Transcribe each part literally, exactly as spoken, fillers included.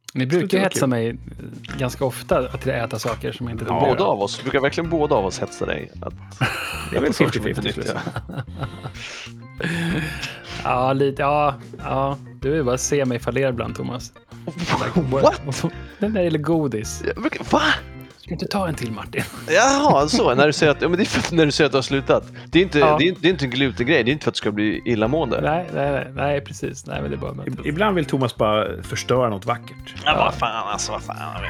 Ni brukar ju hetsa mig ganska ofta att jag äter saker som inte ja, båda av oss. Brukar verkligen båda av oss hetsa dig? Att det är väl femtio femtio. Ja, lite. Ja, ja. Du vill bara se mig fallera ibland, Thomas. What? Den där gäller godis. Va? Ska inte ta en till, Martin? Jaha, så. När du säger att, ja, men det är för, när du säger att du har slutat. Det är inte, ja. det är, det är inte en glutengrej. Det är inte för att du ska bli illamående. Nej, nej, nej, nej precis. Nej, men det är bara I, ibland vill Thomas bara förstöra något vackert. Ja, vad fan, alltså, vad fan.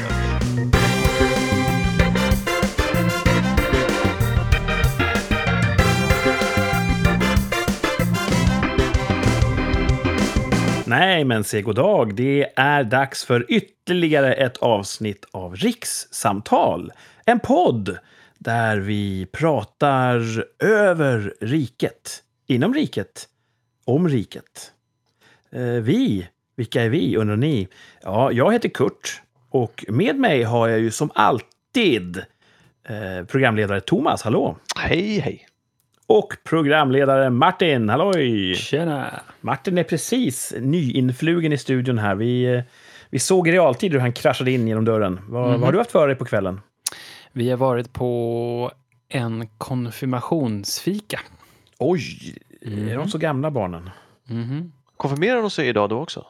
Nej, men se god dag. Det är dags för ytterligare ett avsnitt av Rikssamtal. En podd där vi pratar över riket, inom riket, om riket. Eh, vi, vilka är vi undrar ni? Ja, jag heter Kurt och med mig har jag ju som alltid eh, programledare Thomas, hallå. Hej, hej. Och programledare Martin, halloj! Tjena! Martin är precis nyinflugen i studion här. Vi, vi såg i realtid hur han kraschade in genom dörren. Vad, mm-hmm. vad har du haft för dig på kvällen? Vi har varit på en konfirmationsfika. Oj, mm. är de så gamla barnen? Mm-hmm. Konfirmerar de sig idag då också?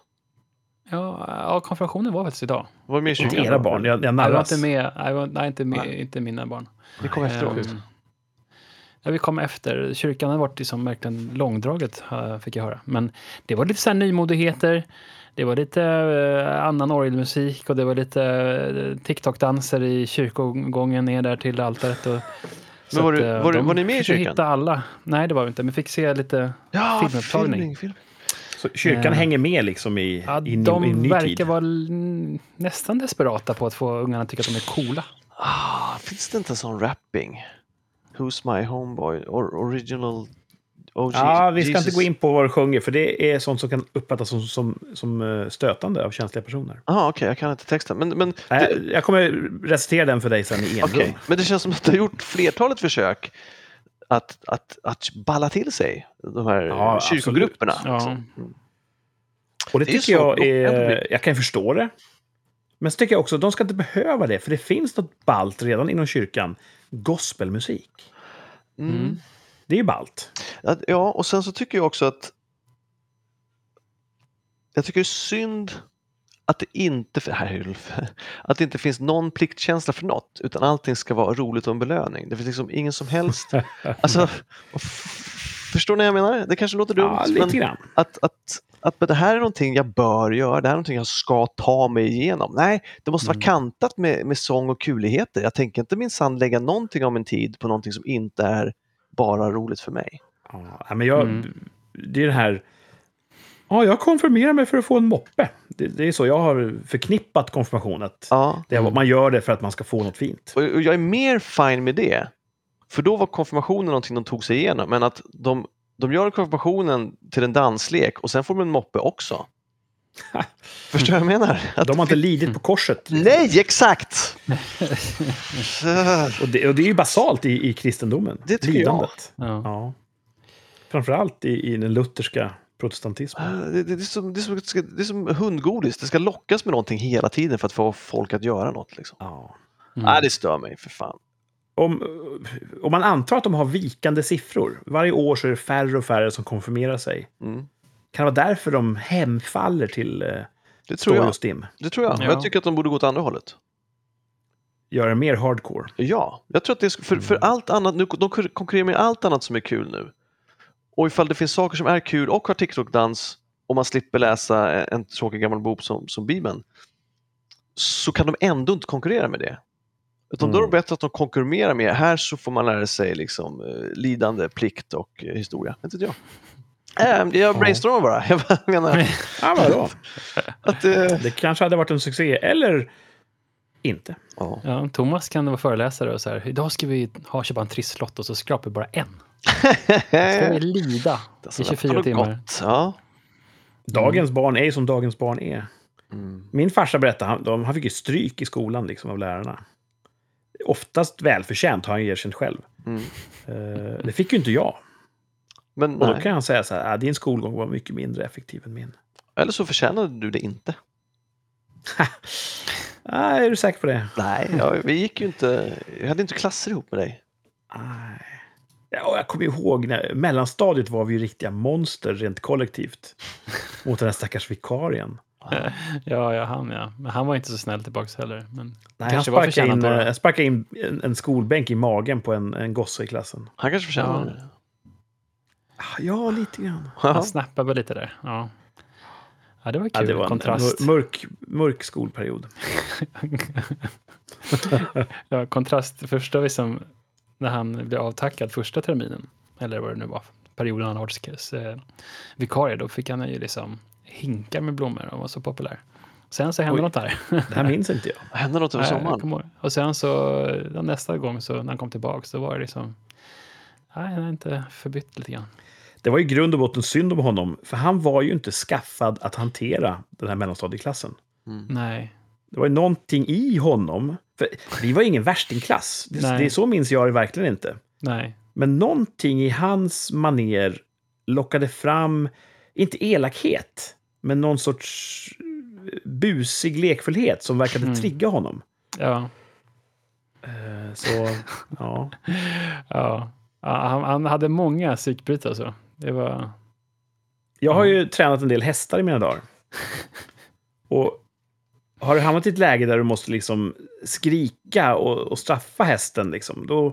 Ja, ja, konfirmationen var faktiskt idag. Var det med i kyrkan? Inte era barn, jag, jag narras. Jag var inte med, jag var, nej, inte, med, nej. inte mina barn. Vi kom efteråt. Um, Ja, vi kom efter. Kyrkan har varit liksom verkligen långdraget, fick jag höra. Men det var lite så här nymodigheter. Det var lite uh, annan orgelmusik och det var lite uh, TikTok-danser i kyrkogången ner där till altaret. Och, men var, att, uh, var, var ni med i kyrkan? Hitta alla. Nej, det var vi inte. Men vi fick se lite ja, filmupptagning. Filming, film. Så kyrkan uh, hänger med liksom i, ja, i, de i ny verkar tid. vara nästan desperata på att få ungarna att tycka att de är coola. Ah, finns det inte en sån rapping? Who's my homeboy? Or, original O G? Ja, vi ska Jesus. inte gå in på vad du sjunger, för det är sånt som kan uppfattas som, som, som stötande av känsliga personer. Ja, ah, okej, okay, jag kan inte texten. Men, men Nej, det... Jag kommer recitera den för dig sen i enrum. Okay. Men det känns som att du har gjort flertalet försök att, att, att balla till sig de här ja, kyrkogrupperna. Ja. Mm. Och det, det tycker jag är... Jag kan förstå det. Men så tycker jag också att de ska inte behöva det, för det finns något ballt redan inom kyrkan. Gospelmusik. Mm. Det är ju ballt. Ja, och sen så tycker jag också att jag tycker det är synd att det inte här, att det inte finns någon pliktkänsla för något, utan allting ska vara roligt och en belöning. Det finns liksom ingen som helst alltså, förstår ni vad jag menar? Det kanske låter dumt, ja, lite men grann. Att, att, att men det här är någonting jag bör göra, det här är någonting jag ska ta mig igenom. Nej, det måste vara mm. kantat med, med sång och kuligheter. Jag tänker inte minsann lägga någonting av min tid på någonting som inte är bara roligt för mig. Ja, men jag, mm. det är det här, ja, jag konfirmerar mig för att få en moppe. Det, det är så jag har förknippat konfirmationen. Ja. Det är, man gör det för att man ska få något fint. Och, och jag är mer fine med det. För då var konfirmationen någonting de tog sig igenom. Men att de, de gör konfirmationen till en danslek och sen får de en moppe också. Förstår jag menar? Att de har inte lidit på korset. Liksom. Nej, exakt! och, det, och det är ju basalt i, i kristendomen. Det tycker lidandet. jag. Ja. Ja. Framförallt i, i den lutherska protestantismen. Det, det, det, är som, det, är som, det är som hundgodis. Det ska lockas med någonting hela tiden för att få folk att göra något. Liksom. Ja. Mm. Nej, det stör mig för fan. Om, om man antar att de har vikande siffror. Varje år så är det färre och färre som konfirmerar sig. Mm. Kan det vara därför de hemfaller till eh, det tror jag. och stim? Det tror jag. Ja. Jag tycker att de borde gå åt andra hållet. Göra mer hardcore. Ja, jag tror att det är för, för allt annat, nu, de konkurrerar med allt annat som är kul nu. Och ifall det finns saker som är kul och har TikTok-dans och man slipper läsa en tråkig gammal bok som, som Bibeln, så kan de ändå inte konkurrera med det. Utan mm. då är det bättre att de konkurrerar med, här så får man lära sig liksom, eh, lidande, plikt och eh, historia. Vet inte jag. Äh, jag brainstormar bara. Jag menar... ja, vadå? Att, eh... det kanske hade varit en succé, eller inte. Ja. Ja, Thomas kan vara föreläsare och så här, idag ska vi ha köpa en trisslott och så skrapar vi bara en. Ska vi lida i tjugofyra timmar. Ja. Dagens mm. barn är ju som dagens barn är. Mm. Min farsa berättade, han, de, han fick ju stryk i skolan liksom, av lärarna. Oftast välförtjänt har han ju erkänt själv. Mm. Uh, det fick ju inte jag. Men, och då nej. kan han säga så här, ah, din skolgång var mycket mindre effektiv än min. Eller så förtjänade du det inte. Ah, är du säker på det? Nej, ja, vi gick ju inte... Jag hade inte klasser ihop med dig. Nej. Ja, jag kommer ihåg, när mellanstadiet var vi ju riktiga monster rent kollektivt. Mot den här stackars vikarien. Ja, ja, han ja. Men han var inte så snäll tillbaks heller. Men Nej, han kanske var sparkade in, förtjänat då, då. jag sparkade in en, en skolbänk i magen på en, en gosse i klassen. Han kanske förtjänar Ja. det. Ah, Ja, lite grann. Han snappade väl lite där. Ja, ja det var kul. Ja, det var en, kontrast. en mörk, mörk skolperiod. Ja, kontrast. Första liksom, när han blev avtackad första terminen. Eller vad det nu var. Perioden han var eh, vikarie. Då fick han ju liksom hinkar med blommor och var så populär. Sen så hände Oj. något där. Det här minns inte jag. Vad hände något över Nej, jag sommaren? kommer ihåg. Och sen så ja, nästa gång så när han kom tillbaka så var det liksom nej, han är inte förbytt lite grann. Det var i grund och botten synd om honom, för han var ju inte skaffad att hantera den här mellanstadieklassen. Nej. Det var ju någonting i honom. För vi var ingen värstingklass. Det, Nej. det är så minns jag det verkligen inte. Nej. Men någonting i hans maner lockade fram, inte elakhet, men någon sorts busig lekfullhet som verkade Mm. trigga honom. Ja. Eh, Så, ja. Ja. Ja, han, han hade många psykbryt alltså. Det var Jag har ju tränat en del hästar i mina dagar. Och har du hamnat i ett läge där du måste liksom skrika och, och straffa hästen, liksom, då...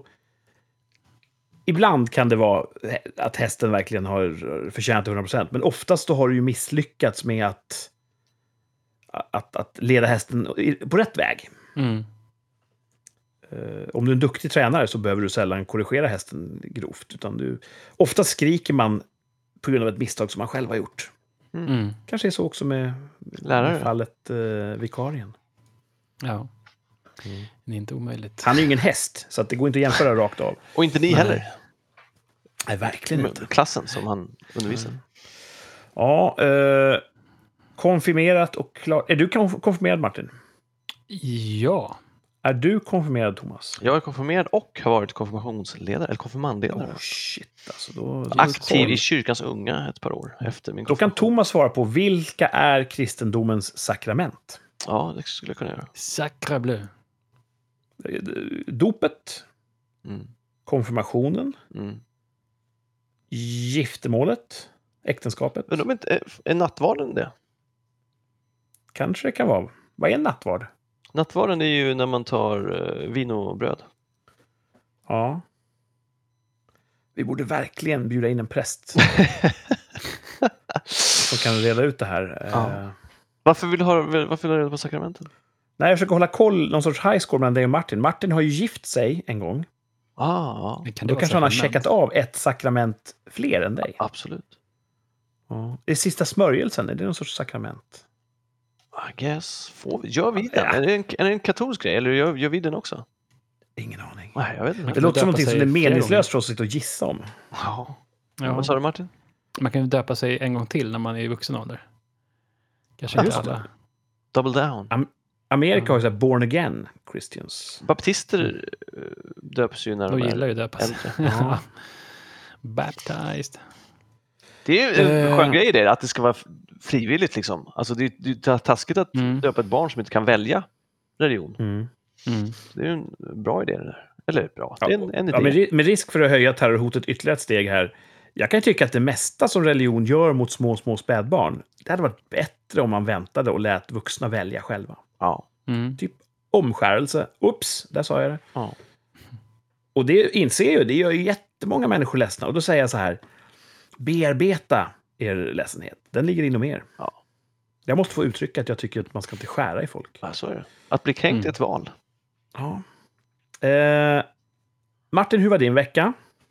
Ibland kan det vara att hästen verkligen har förtjänat hundra procent, men oftast då har du ju misslyckats med att, att, att leda hästen på rätt väg. mm. Uh, om du är en duktig tränare så behöver du sällan korrigera hästen grovt, utan du... Ofta skriker man på grund av ett misstag som man själv har gjort. Mm. Kanske är så också med, Lärare. med fallet uh, vikarien. Ja. Mm. Det är inte omöjligt. Han är ju ingen häst, så att det går inte att jämföra rakt av. Och inte ni Nej. heller. Nej, verkligen inte. Med klassen som han undervisar. Ja, uh, konfirmerat och klart. Är du konf- konfirmerad, Martin? Ja. Är du konfirmerad, Thomas? Jag är konfirmerad och har varit konfirmationsledare, eller konfirmandledare. Oh, shit, alltså. Då, då, Aktiv i kyrkans unga ett par år efter min Då kan konfirmation. Thomas svara på vilka är kristendomens sakrament? Ja, det skulle jag kunna göra. Sacre bleu. Dopet, Mm. konfirmationen, Mm. giftermålet, äktenskapet. Men de är, inte, är, är nattvarden det? Kanske det kan vara. Vad är nattvard? Nattvarden är ju när man tar uh, vin och bröd. Ja. Vi borde verkligen bjuda in en präst som kan reda ut det här. Ja. Eh, Varför vill du ha, varför vill du ha reda på sakramenten? Nej, jag försöker hålla koll, någon sorts high score mellan dig och Martin. Martin har ju gift sig en gång. Ah, ja, Kan Då det kanske vara han har sakrament? checkat av ett sakrament fler än dig. absolut. Ja. Är sista smörjelsen, är det någon sorts sakrament? I guess. Får vi, gör vi den? Ja. Är, det en, är det en katolsk grej eller gör, gör vi den också? Ingen aning. Nej, jag vet Det inte. kan låter som döpa någonting som sig är flera meningslöst för oss att sitta och gissa om. Ja. Ja. Vad sa du, Martin? Man kan ju döpa sig en gång till när man är i vuxen ålder. Kanske Ja, inte just det. alla. Double down. Amerika Ja. har ju så här born again Christians. Baptister eh, döps ju när De de gillar är ju döpa sig. äldre. Ja. Baptized. Det är ju en Eh. skön grej det, att det ska vara frivilligt liksom. Alltså det är ju det är taskigt att Mm. döpa ett barn som inte kan välja religion. Mm. Mm. Det är ju en bra idé det där. Eller bra, det är en, en idé. Ja, med, ri- med risk för att höja terrorhotet ytterligare ett steg här. Jag kan tycka att det mesta som religion gör mot små, små spädbarn, det hade varit bättre om man väntade och lät vuxna välja själva. Ja. Mm. Typ omskärelse. Ups, där sa jag det. Ja. Och det inser jag ju, det gör ju jättemånga människor ledsna. Och då säger jag så här, bearbeta er ledsenhet. Den ligger inom er. Ja. Jag måste få uttrycka att jag tycker att man ska inte skära i folk. Ja, så är det. Att bli kränkt Mm. är ett val. Ja. Eh, Martin, hur var din vecka?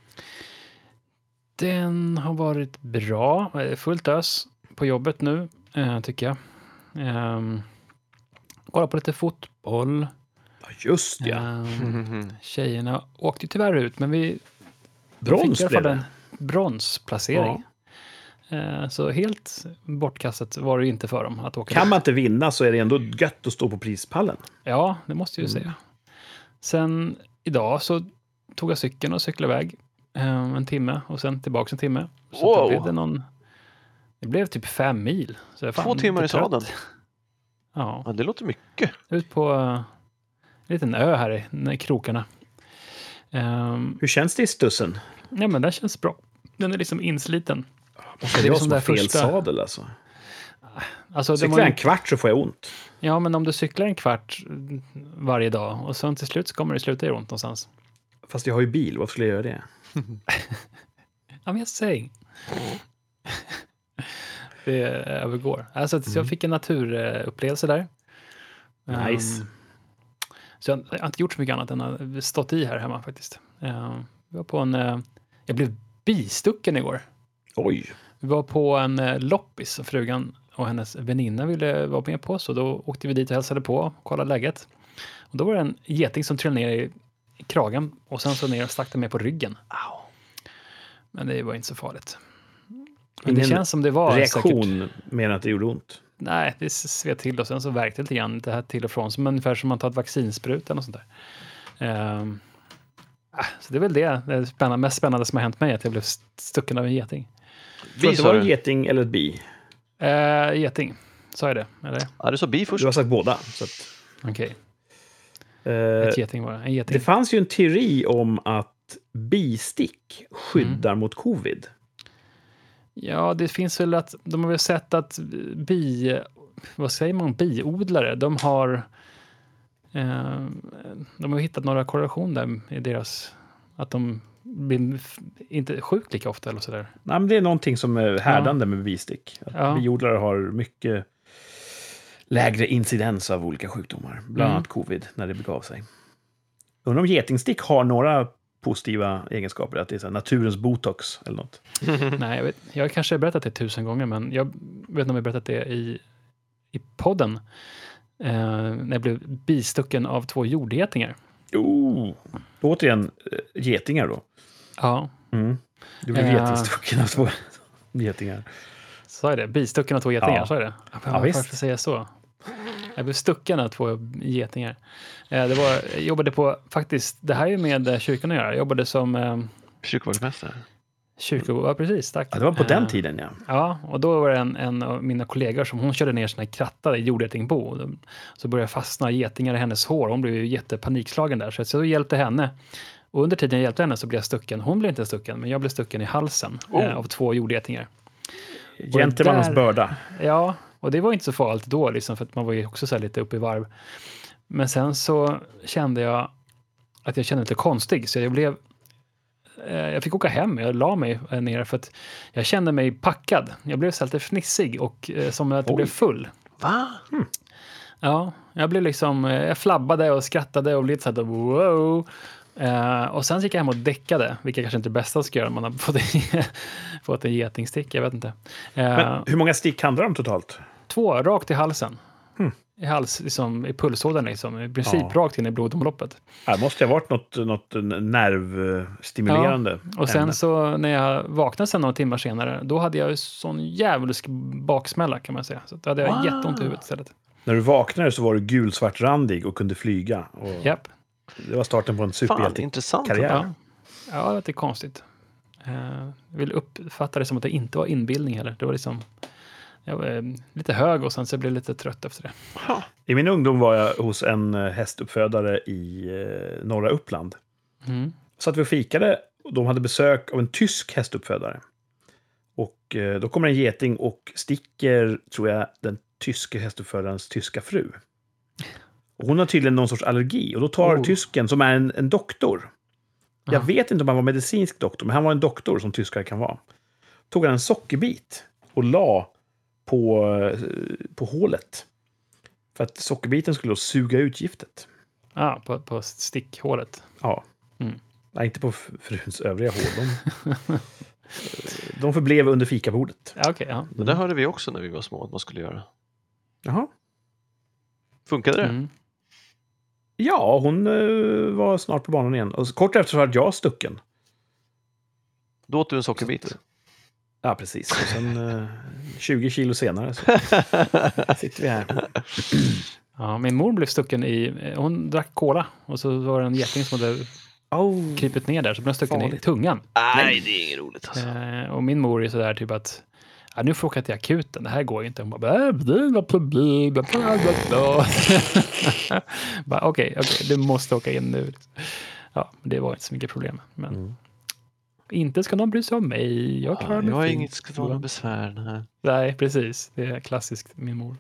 Den har varit bra. Fullt ös på jobbet nu, eh, tycker jag. Um, kolla på lite fotboll. Ja, just ja. Um, tjejerna åkte ju tyvärr ut, men vi Brons fick i alla blev fall det. en bronsplacering. Eh, så helt bortkastat var det inte för dem att åka Kan dit. man inte vinna så är det ändå gött att stå på prispallen. Ja, det måste jag ju Mm. säga. Sen idag så tog jag cykeln och cyklade iväg eh, en timme och sen tillbaka en timme. Så Wow. då blev det någon... Det blev typ fem mil. Så jag är fan Två timmar lite i trött. sadeln. Ja, Ja, det låter mycket. ut på uh, en liten ö här i, i krokarna. Um, Hur känns det i stussen? ja, men den känns bra. Den är liksom insliten. Måste det är vara som som där har fel första- sadel alltså? Alltså, de Cyklar har jag ju- en kvart så får jag ont. Ja, men om du cyklar en kvart varje dag och sen till slut så kommer det sluta göra ont någonstans. Fast jag har ju bil, varför skulle jag göra det? I'm just saying. Det övergår. Alltså, så jag fick en naturupplevelse där. Nice. Um, så jag, jag har inte gjort så mycket annat än att stått i här hemma faktiskt. Uh, vi var på en... Uh, jag blev bistucken igår. Oj. Vi var på en uh, loppis och frugan och hennes väninna ville vara med på, så då åkte vi dit och hälsade på och kollade läget. Och då var det en geting som trillade ner i, i kragen och sen så ner och stack den med på ryggen. Au. Men det var inte så farligt. Men Ingen det känns som det var reaktion säkert... mer än att det gjorde ont. Nej, det sved till och sen så värkte det lite grann det här till och från. Som ungefär som man tar ett vaccinsprut eller något sånt där. Um, så det är väl det, det spännande, mest spännande som har hänt mig, att jag blev stucken av en geting. Tror Bi det sa var en du? geting eller ett bi? Uh, geting, sa jag det? Eller? Ja, du sa bi först. Du har sagt båda. Så att, Okej, eh, ett geting var det. En geting. det fanns ju en teori om att bistick skyddar Mm. mot covid. Ja, det finns väl att, de har väl sett att bi, vad säger man, biodlare, de har eh, de har hittat några korrelationer i deras, att de blir f- inte sjukt lika ofta eller sådär. Nej, men det är någonting som är härdande med bistick. Att Ja. biodlare har mycket lägre incidens av olika sjukdomar. Bland Mm. annat covid, när det begav sig. Undrar om getingstick har några positiva egenskaper. Att det är så här naturens botox eller något. Nej, jag, vet, jag har kanske berättat det tusen gånger, men jag vet inte om jag berättat det i, i podden. Eh, när jag blev bistucken av två jordgetingar. Oh. Återigen, eh, getingar då. Ja, Mm. Du blev Eh. getingstucken av två getingar. sa jag det? Bistucken av två getingar, Ja. sa jag det? Ja, Ja, varför visst. säger jag så? Jag blev stucken av två getingar. Eh, det var, jag jobbade på, faktiskt, det här är ju med eh, kyrkan att göra. Jag jobbade som eh, Kyrkvaktmästare. kyrko... Ja, precis, tack. Ja, det var på den Eh, tiden, ja. Ja, och då var det en, en av mina kollegor som hon körde ner sina krattar i jordgetingbo. Och de- Så började fastna getingar i hennes hår. Hon blev ju jättepanikslagen där. Så jag så hjälpte henne. Och under tiden jag hjälpte henne så blev jag stucken. Hon blev inte stucken, men jag blev stucken i halsen Oh. eh, av två jordgetingar. Gentlemannens där- börda. Ja, och det var inte så farligt då, liksom, för att man var ju också så här lite uppe i varv. Men sen så kände jag att jag kände mig lite konstig, så jag blev... Eh, jag fick åka hem, jag la mig eh, ner för att jag kände mig packad. Jag blev så här lite fnissig och eh, som att jag Oj. blev full. Va? Ja, jag blev liksom... Eh, jag flabbade och skrattade och blev lite så här wow. Eh, och sen gick jag hem och däckade, vilket kanske inte är det bästa att ska göra om man har fått, fått en getingstick, jag vet inte. Eh, Men hur många stick handlar det om totalt? Två, rakt i halsen. Hmm. I hals, liksom, i pulsådern liksom. I princip Ja. rakt in i blodomloppet. Det måste ha varit något, något nervstimulerande. Och sen ämne. så när jag vaknade sen några timmar senare, då hade jag ju sån djävulsk baksmälla kan man säga. Så då hade jag Wow. jätteont i huvudet istället. När du vaknade så var du gulsvartrandig och kunde flyga. Och Japp. det var starten på en Fan, superhjälte. intressant. Karriär. Ja. Ja, det är konstigt. Eh, Jag vill uppfatta det som att det inte var inbildning heller. Det var liksom... Jag var eh, lite hög och sen så blev jag lite trött efter det. Ha. I min ungdom var jag hos en eh, hästuppfödare i eh, norra Uppland. Mm. Så att vi och fikade och de hade besök av en tysk hästuppfödare. Och eh, då kommer en geting och sticker, tror jag, den tyska hästuppfödarens tyska fru. Och hon har tydligen någon sorts allergi. Och då tar Oh. tysken, som är en, en doktor. Jag Aha. vet inte om han var medicinsk doktor, men han var en doktor som tyskar kan vara. Tog han en sockerbit och la på, eh, på hålet. För att sockerbiten skulle då suga ut giftet. Ja, på, på stickhålet. Ja. Mm. Nej, inte på f- fruns övriga hål. De, de förblev under fikabordet. Ja, okej. ja. Det där hörde vi också när vi var små att man skulle göra. Jaha. Funkade det? Mm. Ja, hon eh, var snart på banan igen. Och så kort efter så var jag stucken. Då åt du en sockerbit. Ja, precis. Och sen eh, tjugo kilo senare så sitter vi här. Ja, min mor blev stucken i... Hon drack cola och så var det en geting som hade Oh. krypit ner där så blev den stucken i Farligt. tungan. Nej, det är inget roligt alltså. Eh, och min mor är sådär typ att ja, nu får jag åka till akuten, det här går ju inte. Hon bara, okej, okej, okay, du måste åka in nu. Ja, det var inte så mycket problem. Men mm. inte ska någon bry sig om mig. Jag klarar ja, mig Jag har fint. inget ska vara något besvär. Nej. Nej, precis. Det är klassiskt min mor.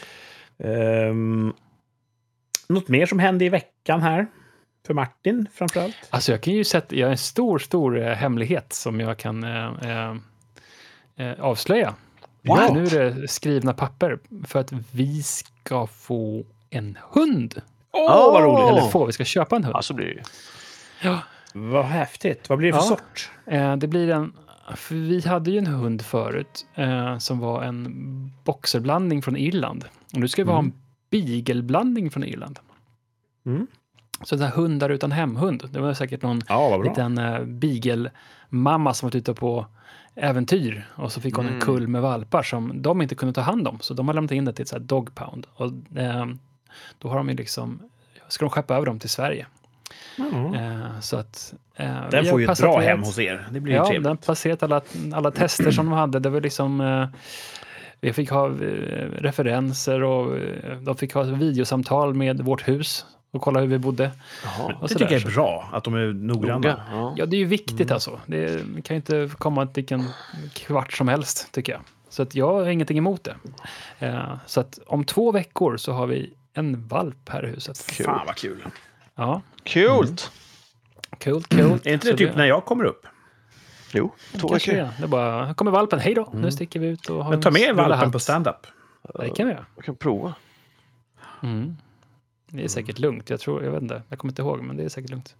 Um, något mer som hände i veckan här? För Martin framförallt? Alltså jag kan ju sätta, jag har en stor, stor eh, hemlighet som jag kan eh, eh, avslöja. Wow. Nu är det skrivna papper för att vi ska få en hund. Åh, oh, vad roligt! Eller få, vi ska köpa en hund. Ja, så blir det ju. Ja. Vad häftigt. Vad blir det för ja. sort? Eh, det blir en, för vi hade ju en hund förut eh, som var en boxerblandning från Irland. Och nu ska vi mm. ha en beagleblandning från Irland. Mm. Så den här hundar utan hemhund. Det var säkert någon ja, liten uh, beagle-mamma som var ute på äventyr. Och så fick hon mm. en kull med valpar som de inte kunde ta hand om. Så de har lämnat in det till ett så här dog pound. Och eh, då har de ju liksom, ska de skeppa över dem till Sverige. Mm. Eh, så att, eh, den får ju ett bra hem hos er. Det blir ju ja, trevligt. Den passerat alla, alla tester som de hade. Det var liksom... Eh, vi fick ha eh, referenser och eh, de fick ha videosamtal med vårt hus och kolla hur vi bodde. Jaha, och det tycker jag är bra, att de är noggranna. Ja, ja det är ju viktigt mm. alltså. Det kan ju inte komma till vilken kvart som helst, tycker jag. Så att jag har ingenting emot det. Eh, så att om två veckor så har vi en valp här i huset. Kul. Fan vad kul. Ja. Kul! Mm. Kul, kul. Är inte det typ det... när jag kommer upp? Jo, två veckor. Det. det är bara, här kommer valpen, hej då. Mm. Nu sticker vi ut och har. Men ta med valpen hatt. På stand-up. Ja, det kan vi göra. Jag kan prova. Mm. Det är säkert lugnt. Jag tror, jag vet inte. Jag kommer inte ihåg, men det är säkert lugnt.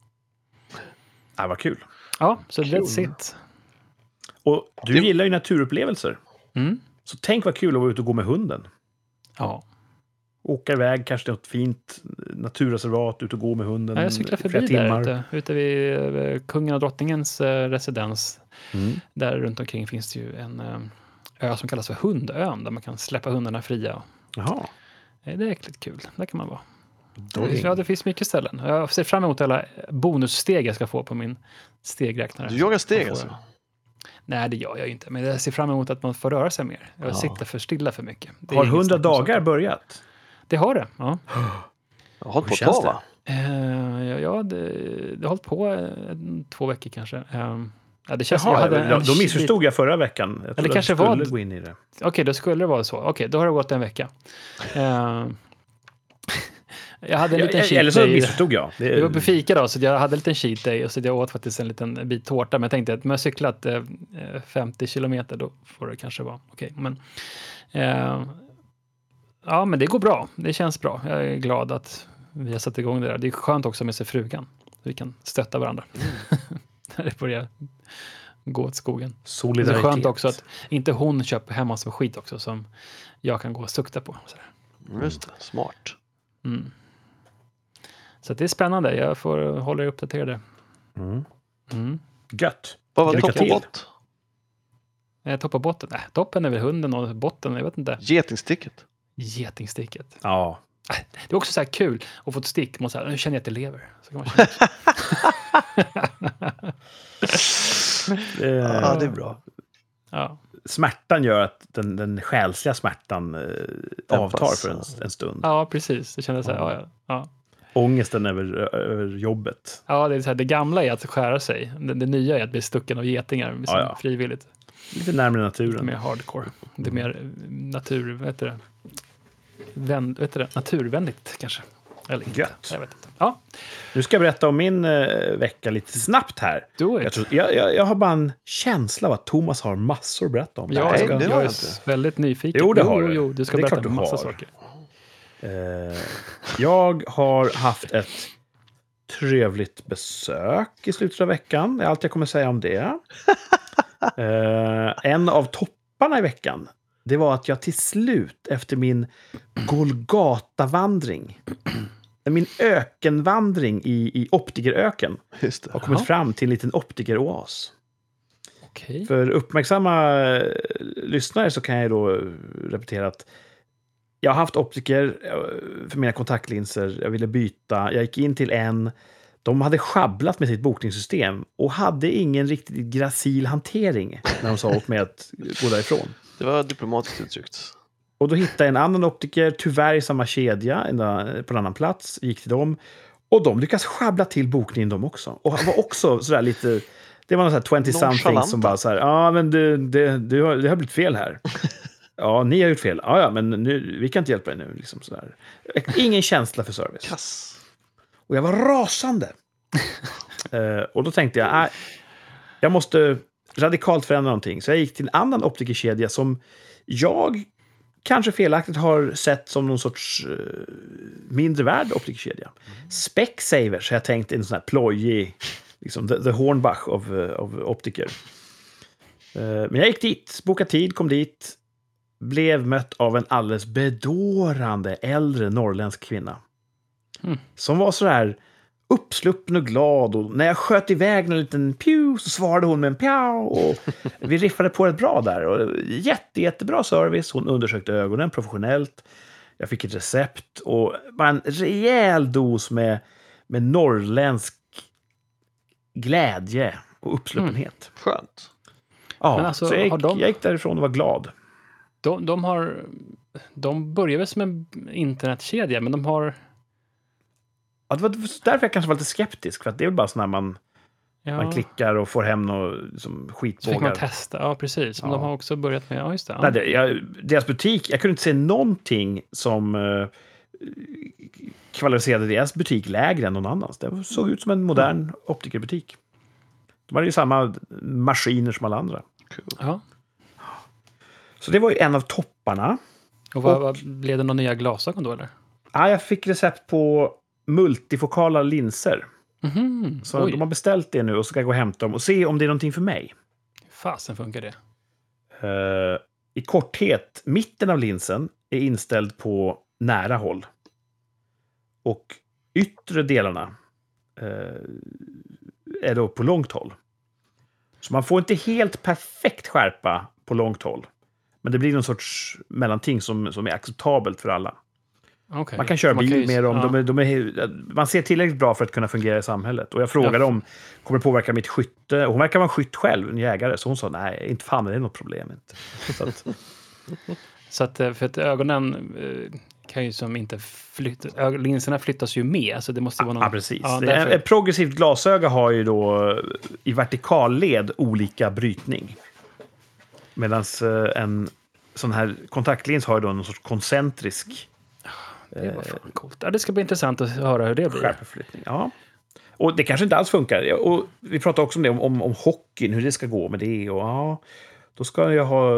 Ja, vad kul. Ja, så kul. That's it. Och du det... gillar ju naturupplevelser. Mm. Så tänk vad kul att vara ute och gå med hunden. Ja. Åka iväg, kanske något fint naturreservat, ut och gå med hunden. Ja, jag cyklar förbi där ute, ute vid kungen och drottningens eh, residens. Mm. Där runt omkring finns det ju en eh, ö som kallas för Hundön, där man kan släppa hundarna fria. Jaha. Det är äckligt kul, där kan man vara. Det, ja, det finns mycket ställen. Jag ser fram emot alla bonussteg jag ska få på min stegräknare. Du jagar steg alltså? Nej, det gör jag inte. Men jag ser fram emot att man får röra sig mer. Jag ja. sitter för stilla för mycket. Det har hundra dagar börjat? Det har det, ja. Jag har hållit på ett tag, va? Uh, ja, ja, det, det har hållit på uh, två veckor kanske. Uh, ja, det känns, Jaha, jag hade jag, en då missförstod jag förra veckan. Jag eller kanske skulle var, gå in i det. Okej, okay, då skulle det vara så. Okej, okay, då har det gått en vecka. Uh, jag hade en liten ja, cheat eller så day. missförstod jag. Det... Jag var på fika då, så jag hade en liten cheat day och så jag åt faktiskt en liten bit tårta. Men jag tänkte att om jag cyklat uh, femtio kilometer då får det kanske vara okej. Okay. Men... Uh, Ja, men det går bra. Det känns bra. Jag är glad att vi har satt igång det där. Det är skönt också med sig frugan. Vi kan stötta varandra. Mm. När det börjar gå åt skogen. Solidaritet. Det är skönt också att inte hon köper hemma som skit också som jag kan gå och sukta på. Mm. Just det, smart. Mm. Så det är spännande. Jag får hålla er uppdaterade. Mm. Mm. Gött. Vad var topp och bott? Eh, topp och botten? Nej, toppen är väl hunden och botten, jag vet inte. Getingsticket. Getingsticket. Ja. Det är också så här kul att få ett stick. Man säger, nu känner jag att det lever. Så kan man känna ja, det är bra. Ja. Smärtan gör att den, den själsliga smärtan eh, avtar för en, en stund. Ja, precis. Det kändes så här, ja, ja, ja. Ångesten över, över jobbet. Ja, det är så här, det gamla är att skära sig. Det, det nya är att bli stucken av getingar liksom, ja, ja. frivilligt. Lite närmare naturen. Lite mer hardcore. Det är mer natur, vet du det? Vän, vet du det? Naturvänligt kanske. Eller inte. Gött. Jag vet inte. Ja. Nu ska jag berätta om min eh, vecka lite snabbt här. Jag, tror, jag, jag, jag har bara en känsla av att Thomas har massor att berätta om. Ja, jag, ska, det jag är inte. väldigt nyfiken. Jo, det har jo, du. Jo, du ska det berätta om massa saker. Eh, jag har haft ett trevligt besök i slutet av veckan. Det är allt jag kommer säga om det. Eh, en av topparna i veckan, det var att jag till slut efter min Golgata-vandring, min ökenvandring i, i optikeröken, Just det. har kommit Aha. fram till en liten optikeroas. Okay. För uppmärksamma lyssnare så kan jag då repetera att jag har haft optiker för mina kontaktlinser. Jag ville byta. Jag gick in till en. De hade schabblat med sitt bokningssystem och hade ingen riktigt gracil hantering när de sa åt mig att gå därifrån. Det var diplomatiskt uttryckt. Och då hittade jag en annan optiker, tyvärr i samma kedja, på en annan plats, gick till dem. Och de lyckas schabbla till bokningen de också. Och han var också sådär lite... Det var någon sån här tjugo-something som bara så här, ja men det, det, det, har, det har blivit fel här. Ja, ni har gjort fel. Ja, ja, men nu, vi kan inte hjälpa er nu. Liksom sådär. Ingen känsla för service. Kass. Och jag var rasande. uh, och då tänkte jag, äh, jag måste radikalt förändra någonting. Så jag gick till en annan optikerkedja som jag kanske felaktigt har sett som någon sorts uh, mindre värd optikerkedja. Mm. Specsavers, så jag tänkte en sån här plojig, liksom the, the Hornbach of, uh, of optiker. Uh, men jag gick dit, bokade tid, kom dit. Blev mött av en alldeles bedårande äldre norrländsk kvinna. Mm. Som var så här uppsluppen och glad. Och när jag sköt iväg en liten pew så svarade hon med en pjau. Och vi riffade på ett bra där. Och jätte, jättebra service. Hon undersökte ögonen professionellt. Jag fick ett recept. Och bara en rejäl dos med, med norrländsk glädje och uppsluppenhet. Mm. Skönt. Ja, Men alltså, så jag gick, har de... jag gick därifrån och var glad. De, de har... De börjar väl som en internetkedja, men de har... Ja, det var därför jag kanske var lite skeptisk. För att det är väl bara så när man, ja. man klickar och får hem något liksom, skitbågar. Så fick man testa, ja precis. Men ja. De har också börjat med, ja just det. Ja. Nej, det jag, deras butik, jag kunde inte se någonting som uh, kvalificerade deras butik lägre än någon annans. Det såg ut som en modern mm. optikerbutik. De hade ju samma maskiner som alla andra. Cool. Ja. Så det var ju en av topparna. Och, vad, och vad, blev det några nya glasögon då eller? Ja, jag fick recept på multifokala linser. Mm-hmm. Så Oj. de har beställt det nu och ska gå och hämta dem och se om det är någonting för mig. Fasen funkar det? Uh, I korthet, mitten av linsen är inställd på nära håll. Och yttre delarna uh, är då på långt håll. Så man får inte helt perfekt skärpa på långt håll. Men det blir någon sorts mellanting som, som är acceptabelt för alla. Okay. Man kan köra man bil kan ju, med dem. Ja. De är, de är, man ser tillräckligt bra för att kunna fungera i samhället. Och jag frågade ja. om kommer det påverka mitt skytte. Och hon verkar vara en skytt själv, en jägare. Så hon sa, nej, inte fan, det är något problem. Inte. Så att, så att, för att ögonen kan ju som inte flytta... Linserna flyttas ju med. Så det måste vara någon... Ja, precis. Ja, därför... Ett progressivt glasöga har ju då i vertikalled olika brytning. Medan en sån här kontaktlins har ju då någon sorts koncentrisk. Det var fan coolt. Ja, det ska bli intressant att höra hur det blir. Skärpeflyttning, ja. Och det kanske inte alls funkar. Och vi pratar också om det, om, om, om hockeyn, hur det ska gå med det. Och ja, då ska jag ha...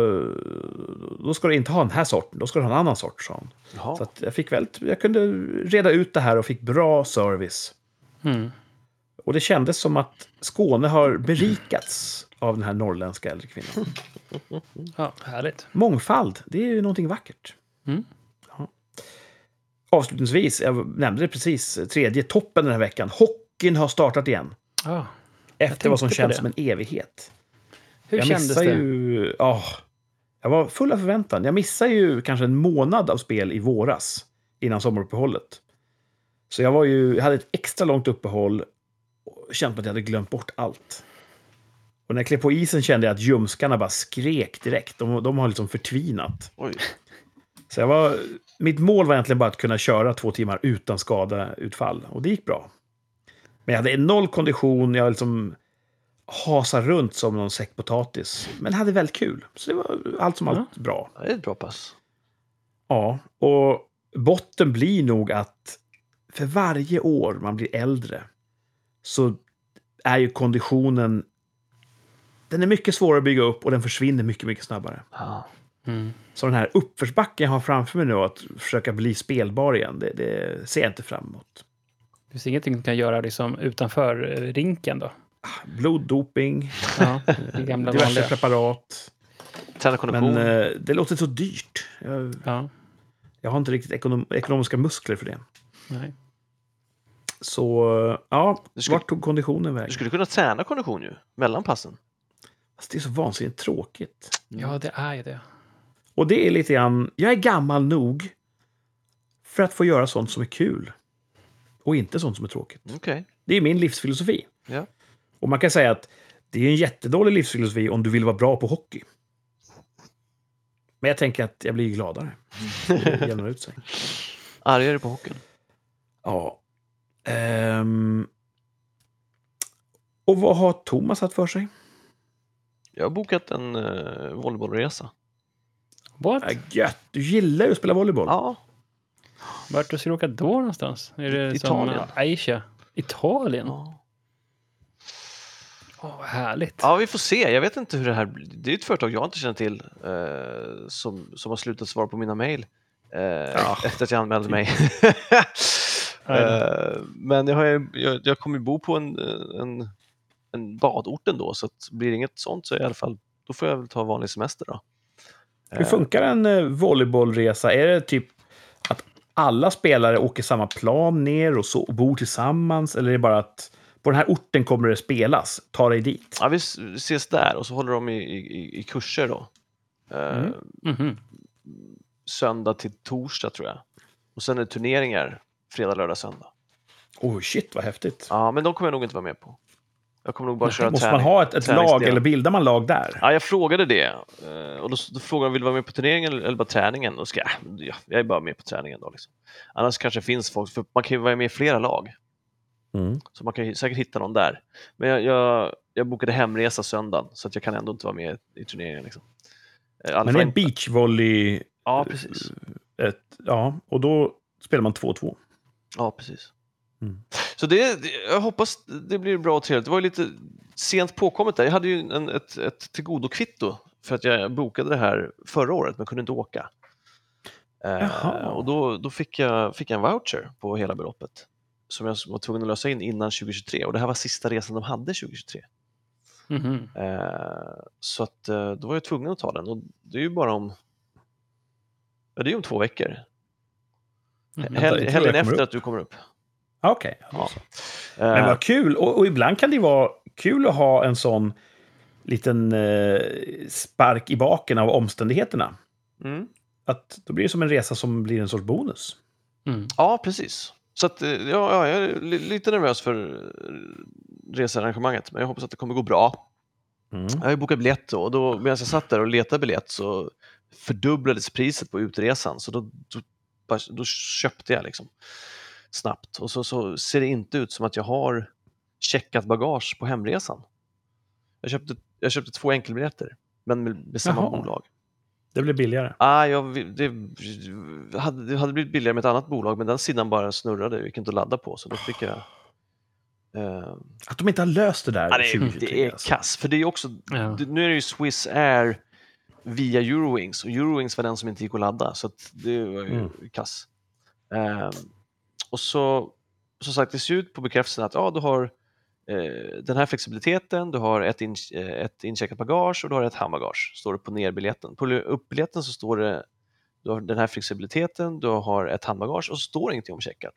Då ska du inte ha den här sorten, då ska du ha en annan sort, sa hon. Så att jag fick väl... Jag kunde reda ut det här och fick bra service. Mm. Och det kändes som att Skåne har berikats av den här norrländska äldre kvinnan. Ja, härligt. Mångfald, det är ju någonting vackert. Mm. Ja. Avslutningsvis, jag nämnde det precis, tredje toppen den här veckan. Hockeyn har startat igen. Ah, efter vad som känns som en evighet. Hur jag kändes det? Ju, oh, jag var full av förväntan. Jag missade ju kanske en månad av spel i våras innan sommaruppehållet. Så jag var ju, jag hade ett extra långt uppehåll och kände att jag hade glömt bort allt. Och när jag klev på isen kände jag att ljumskarna bara skrek direkt. De, de har liksom förtvinat. Oj. Så jag var, mitt mål var egentligen bara att kunna köra två timmar utan skadeutfall. Och det gick bra. Men jag hade noll kondition. Jag liksom hasade runt som någon säckpotatis. Men hade väldigt kul. Så det var allt som allt mm. bra. Det är ett bra pass. Ja, och botten blir nog att för varje år man blir äldre så är ju konditionen, den är mycket svårare att bygga upp och den försvinner mycket, mycket snabbare. Ja. Mm. Så den här uppförsbacken jag har framför mig nu att försöka bli spelbar igen, det, det ser jag inte fram emot. Det finns ingenting du kan göra liksom utanför rinken då? Bloddoping, ja, det gamla diverse vanliga. preparat. Men eh, det låter så dyrt. Jag, ja. jag har inte riktigt ekonom, ekonomiska muskler för det. Nej. Så, ja, skulle, vart tog konditionen vägen? Du skulle kunna träna kondition ju, mellan passen. Alltså, det är så vansinnigt tråkigt. Ja, det är det. Och det är lite grann, jag är gammal nog för att få göra sånt som är kul. Och inte sånt som är tråkigt. Okay. Det är min livsfilosofi. Ja. Och man kan säga att det är en jättedålig livsfilosofi om du vill vara bra på hockey. Men jag tänker att jag blir gladare. Det jämnar ut sig. Argare på hockeyn. Ja. Ehm. Och vad har Thomas haft för sig? Jag har bokat en uh, volleybollresa. What? Ja, gött. Du gillar ju att spela volleyboll. Ja, Vart du ska åka då någonstans? Är det Italien. som Aisha? Italien? Åh, ja. vad härligt. Ja, vi får se. Jag vet inte hur det här blir. Det är ett företag jag inte känner till eh, som, som har slutat svara på mina mejl eh, Ja. efter att jag anmälde mig. eh, men jag, har, ju- jag, jag kommer ju bo på en, en, en badort ändå, så att blir det inget sånt så i alla fall, då får jag väl ta vanlig semester då. Hur funkar en eh, volleybollresa? Är det typ att alla spelare åker samma plan ner och, så, och bor tillsammans? Eller är det bara att på den här orten kommer det spelas? Ta dig dit. Ja, vi s- ses där och så håller de i, i, i kurser då. Eh, Mm. Mhm. Söndag till torsdag tror jag. Och sen är det turneringar fredag, lördag, söndag. Oh shit, vad häftigt. Ja, men de kommer jag nog inte vara med på. Jag kommer nog bara köra Måste träning. man ha ett, ett lag träningsdelen. eller bildar man lag där? Ja, jag frågade det. Eh, Och då, då frågade jag, vill du vara med på turneringen eller, eller bara träningen? Då ska jag, ja, jag är bara med på träningen då. Liksom. Annars kanske det finns folk, för man kan ju vara med i flera lag. Mm. Så man kan ju säkert hitta någon där. Men jag, jag, jag bokade hemresa söndagen, så att jag kan ändå inte vara med i turneringen. Liksom. Eh, i alla Men fall det är inte- beachvolley. Ja, precis. Ett, ja, och då spelar man två två. Ja, precis. Mm. Så det, det, jag hoppas det blir bra och trevligt. Det var ju lite sent påkommet där. Jag hade ju en, ett, ett tillgodokvitto för att jag bokade det här förra året men kunde inte åka. Eh, Jaha. och då, då fick, jag, fick jag en voucher på hela beloppet som jag var tvungen att lösa in innan tjugohundratjugotre. Och det här var sista resan de hade tjugohundratjugotre. Mhm. Eh, så att, eh, då var jag tvungen att ta den. Och det är ju bara om, ja, det är ju om två veckor. Mhm. Hel, jag tror helgen jag kommer efter upp. att du kommer upp. Okej. Ja. Men Eh, vad kul. Och, och ibland kan det vara kul att ha en sån liten eh, spark i baken av omständigheterna. mm. Att då blir det som en resa som blir en sorts bonus. Mm. Ja, precis. Så att, eh, ja, ja, jag är li- lite nervös för eh, researrangemanget, men jag hoppas att det kommer gå bra. Mm. Jag har ju bokat biljett då, och då, medan jag satt där och letade biljett så fördubblades priset på utresan, så då, då, bara- då köpte jag liksom snabbt. Och så, så ser det inte ut som att jag har checkat bagage på hemresan. Jag köpte, jag köpte två enkelbiljetter, men med, med samma Jaha. bolag. Det blir billigare. Ah, jag, vill- det, hade, det hade blivit billigare med ett annat bolag, men den sidan bara snurrade, det gick inte att ladda på, så då fick jag... Eh, Att de inte har löst det där ja, det, är, tjugohundratjugotre. det är alltså. kass, för det är ju också... Ja. det, nu är det ju Swiss Air via Eurowings, och Eurowings var den som inte gick att ladda, så att det var ju Mm. kass. Eh, och så, som sagt, det ser ut på bekräftelsen att ja, du har eh, den här flexibiliteten, du har ett, in, eh, ett incheckat bagage och du har ett handbagage, står det på nerbiljetten. På uppbiljetten så står det du har den här flexibiliteten, du har ett handbagage och så står det ingenting om checkat.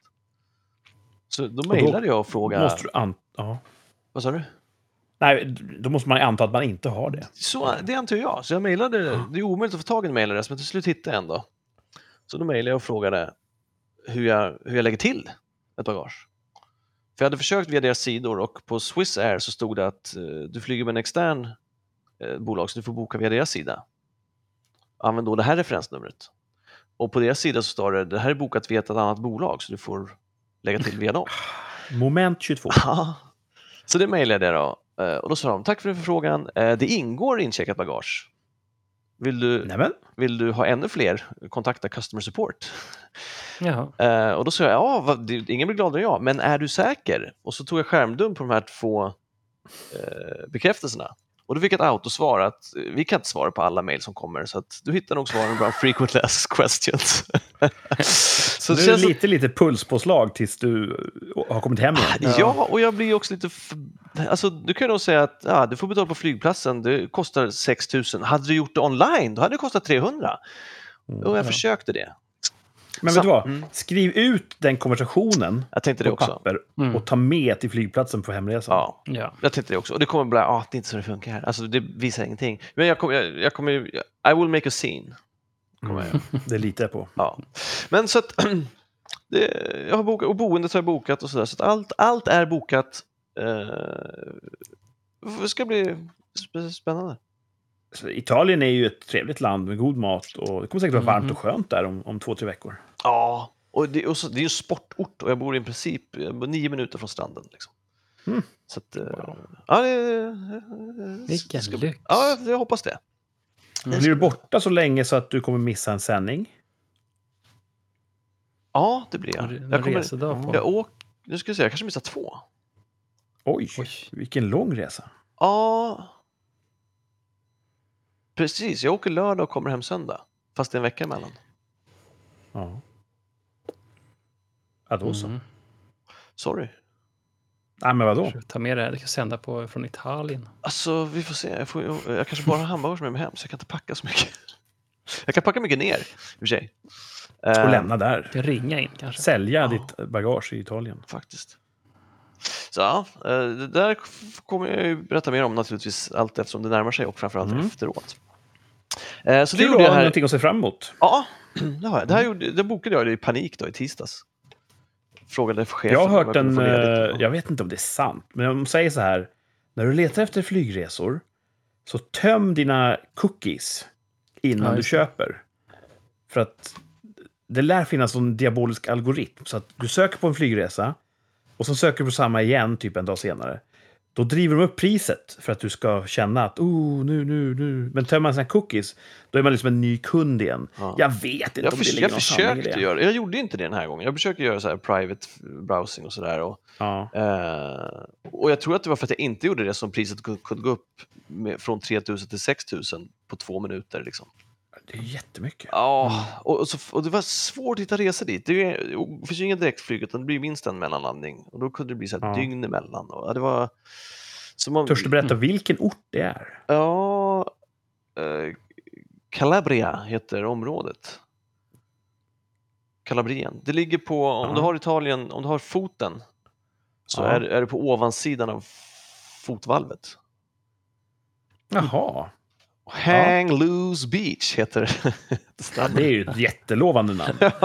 Så då då mejlade jag och frågade, Måste du an- ja. vad sa du? Nej, då måste man ju anta att man inte har det. Så, det antar jag. Så jag mejlade, det är omöjligt att få tag i en mejladress, men till slut hittade jag en då. Så då mejlade jag och frågade hur jag, hur jag lägger till ett bagage. För jag hade försökt via deras sidor, och på Swiss Air så stod det att eh, du flyger med en extern eh, bolag, så du får boka via deras sida. Använd då det här referensnumret. Och på deras sida så står det, det här är bokat via ett annat bolag, så du får lägga till via dem. Moment tjugotvå. Ja. Så det mejlade jag då. Eh, Och då sa de, tack för förfrågan. Eh, Det ingår incheckat bagage. Vill du, Nämen. vill du ha ännu fler? Kontakta customer support. Jaha. Eh, Och då sa jag, ja, vad, det, ingen blir gladare än jag, men är du säker? Och så tog jag skärmdump på de här två eh, bekräftelserna. Och då fick jag ett autosvar att eh, vi kan inte svara på alla mejl som kommer, så att du hittar nog svaren bland frequently asked questions. så Nu det är känns det lite, lite pulspåslag tills du har kommit hem igen. Ja, och jag blir också lite... F- alltså, du kan ju då säga att ja, du får betala på flygplatsen, det kostar sex tusen. Hade du gjort det online, då hade det kostat trehundra. Och jag ja. försökte det. Men Så- vet du vad? Mm. Skriv ut den konversationen Jag tänkte det på också. papper Mm. och ta med till flygplatsen på hemresan. Ja, Ja. jag tänkte det också. Och det kommer bli, ah, det är inte så det funkar här. Alltså, det visar ingenting. Men jag kommer, jag, jag kommer, I will make a scene. Kommer jag göra. Det litar jag på. Ja. Men så att, det, jag har bokat, och boendet har jag bokat och sådär. Så att allt, allt är bokat. Eh, det ska bli sp- spännande. Så Italien är ju ett trevligt land med god mat och det kommer säkert vara varmt Mhm. och skönt där om, om två, tre veckor. Ja, och det, och så, det är ju en sportort och jag bor i princip jag bor nio minuter från stranden. Liksom. Mm. Så att, eh, Wow. ja, det, Vilken ska, lyx. Ja, jag hoppas det. Mm. Blir du borta så länge så att du kommer missa en sändning? Ja, det blir jag. En Jag, kommer, resedag på. jag åker, nu ska jag säga, jag kanske missar två. Oj, Oj. vilken lång resa. Ja, precis. Jag åker lördag och kommer hem söndag. Fast det är en vecka emellan. Ja. Ja, då så. Mm. Sorry. Nej, men vadå? Försök ta med det här. Du kan sända på från Italien. Alltså, vi får se. Jag, får, jag, jag kanske bara har hamburgare med mig hem, så jag kan inte packa så mycket. Jag kan packa mycket ner, i och för sig. Och Eh, lämna där. Du kan ringa in kanske. Sälja Ja. ditt bagage i Italien. Faktiskt. Så ja, eh, det där kommer jag ju berätta mer om naturligtvis allt eftersom det närmar sig och framförallt Mm. efteråt. Eh, så det Kul gjorde att jag ha här. någonting att se fram emot. Ja, det har jag. Det här gjorde, det bokade jag i panik då i tisdags. Frågade för chefen. Jag har om hört kunde en, få ledigt. eh, jag vet inte om det är sant, men de säger så här. När du letar efter flygresor så töm dina cookies innan Ja, du just det. köper. För att det lär finnas en diabolisk algoritm. Så att du söker på en flygresa och så söker du på samma igen typ en dag senare. Då driver de upp priset för att du ska känna att oh, nu, nu, nu. Men tömmer man sina cookies, då är man liksom en ny kund igen. Ja. Jag vet inte Jag, om det förs- ligger jag någon sanning i försökte det. göra, jag gjorde inte det den här gången. Jag försökte göra så här private browsing och sådär. Och, Ja. eh, och jag tror att det var för att jag inte gjorde det som priset kunde, kunde gå upp med, från tre tusen till sex tusen på två minuter. Liksom. Det är jättemycket. Ja, och, och, så, och det var svårt att hitta resor dit. Det, är, ju- det finns ju ingen direktflyg utan det blir minst en mellanlandning. Och då kunde det bli så här Ja. dygn emellan. Och, ja, det var, så man, Törs du berätta vilken ort det är? Ja, eh, Calabria heter området. Kalabrien. Det ligger på, om Ja. du har Italien, om du har foten så Ja. är, är det på ovansidan av fotvalvet. Jaha. Hang Loose Beach heter Ja, det är ju ett jättelovande namn. det.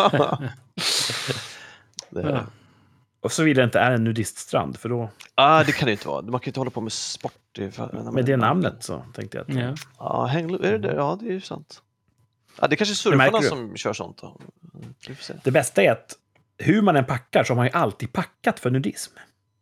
Ja. Ja. Och såvida det inte är en nudiststrand, för då, Ah, det kan det inte vara. Man kan ju inte hålla på med sport. i- när man med är det naken. namnet så tänkte jag att... Ja. Ja, hang loose, är det det? Ja, det är ju sant. Ja, det är kanske Det märker surfarna du. som kör sånt då. Vi får se. Det bästa är att hur man än packar så har man ju alltid packat för nudism.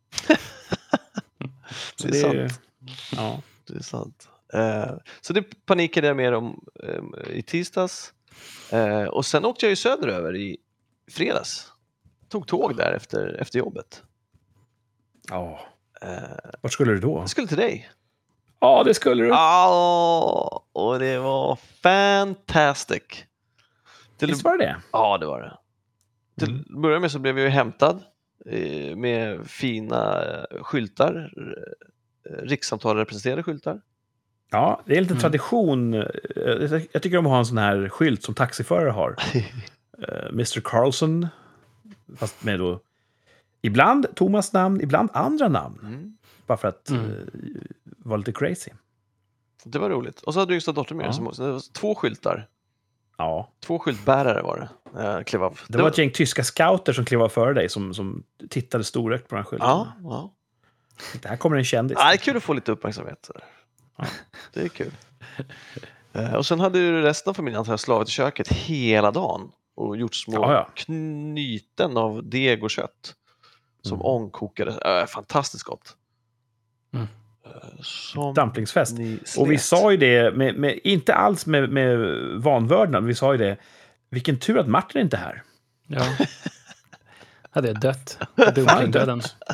Så Det är är- sant. Ja. Det är sant. Eh, så det panikade jag mer om eh, i tisdags. Eh, och sen åkte jag ju söderöver i fredags. Tog tåg där efter, efter jobbet. Ja. Eh, Vart skulle du då? jag skulle till dig. Ja, det skulle du. Ja, och det var fantastic. Till, Visst var det det? ja, det var det. Till Mm. att börja med så blev jag ju hämtad eh, med fina eh, skyltar. Eh, rikssamtal representerade skyltar. Ja, det är en liten Mm. tradition. Eh, Jag tycker om att ha en sån här skylt som taxiförare har. Eh, mister Carlson. Fast med då ibland Thomas namn, ibland andra namn. Mm. Bara för att Mm. eh, vara lite crazy. Det var roligt. Och så hade du yngsta dotter med. Ja. Som, så det var två skyltar. Ja. Två skyltbärare var det. Jag klev av. Det var ett gäng tyska scouter som klev av före dig som, som tittade storögt på den här skylten. Ja, ja. Det här kommer en kändis. Ja, det är kul att få lite uppmärksamhet. Ja. Det är kul. Eh, Och sen hade ju resten av familjen antar jag slavat i köket hela dagen och gjort små Ja, ja. knyten av deg och kött som Mm. ångkokades. Äh, fantastiskt gott. Mm. Eh, Som Dumplingsfest. ni Och vi slet. sa ju det, med, med, inte alls med, med vanvördnad, vi sa ju det, vilken tur att Martin inte är här. Ja. Hade jag dött. Dumplingdöden. Ja.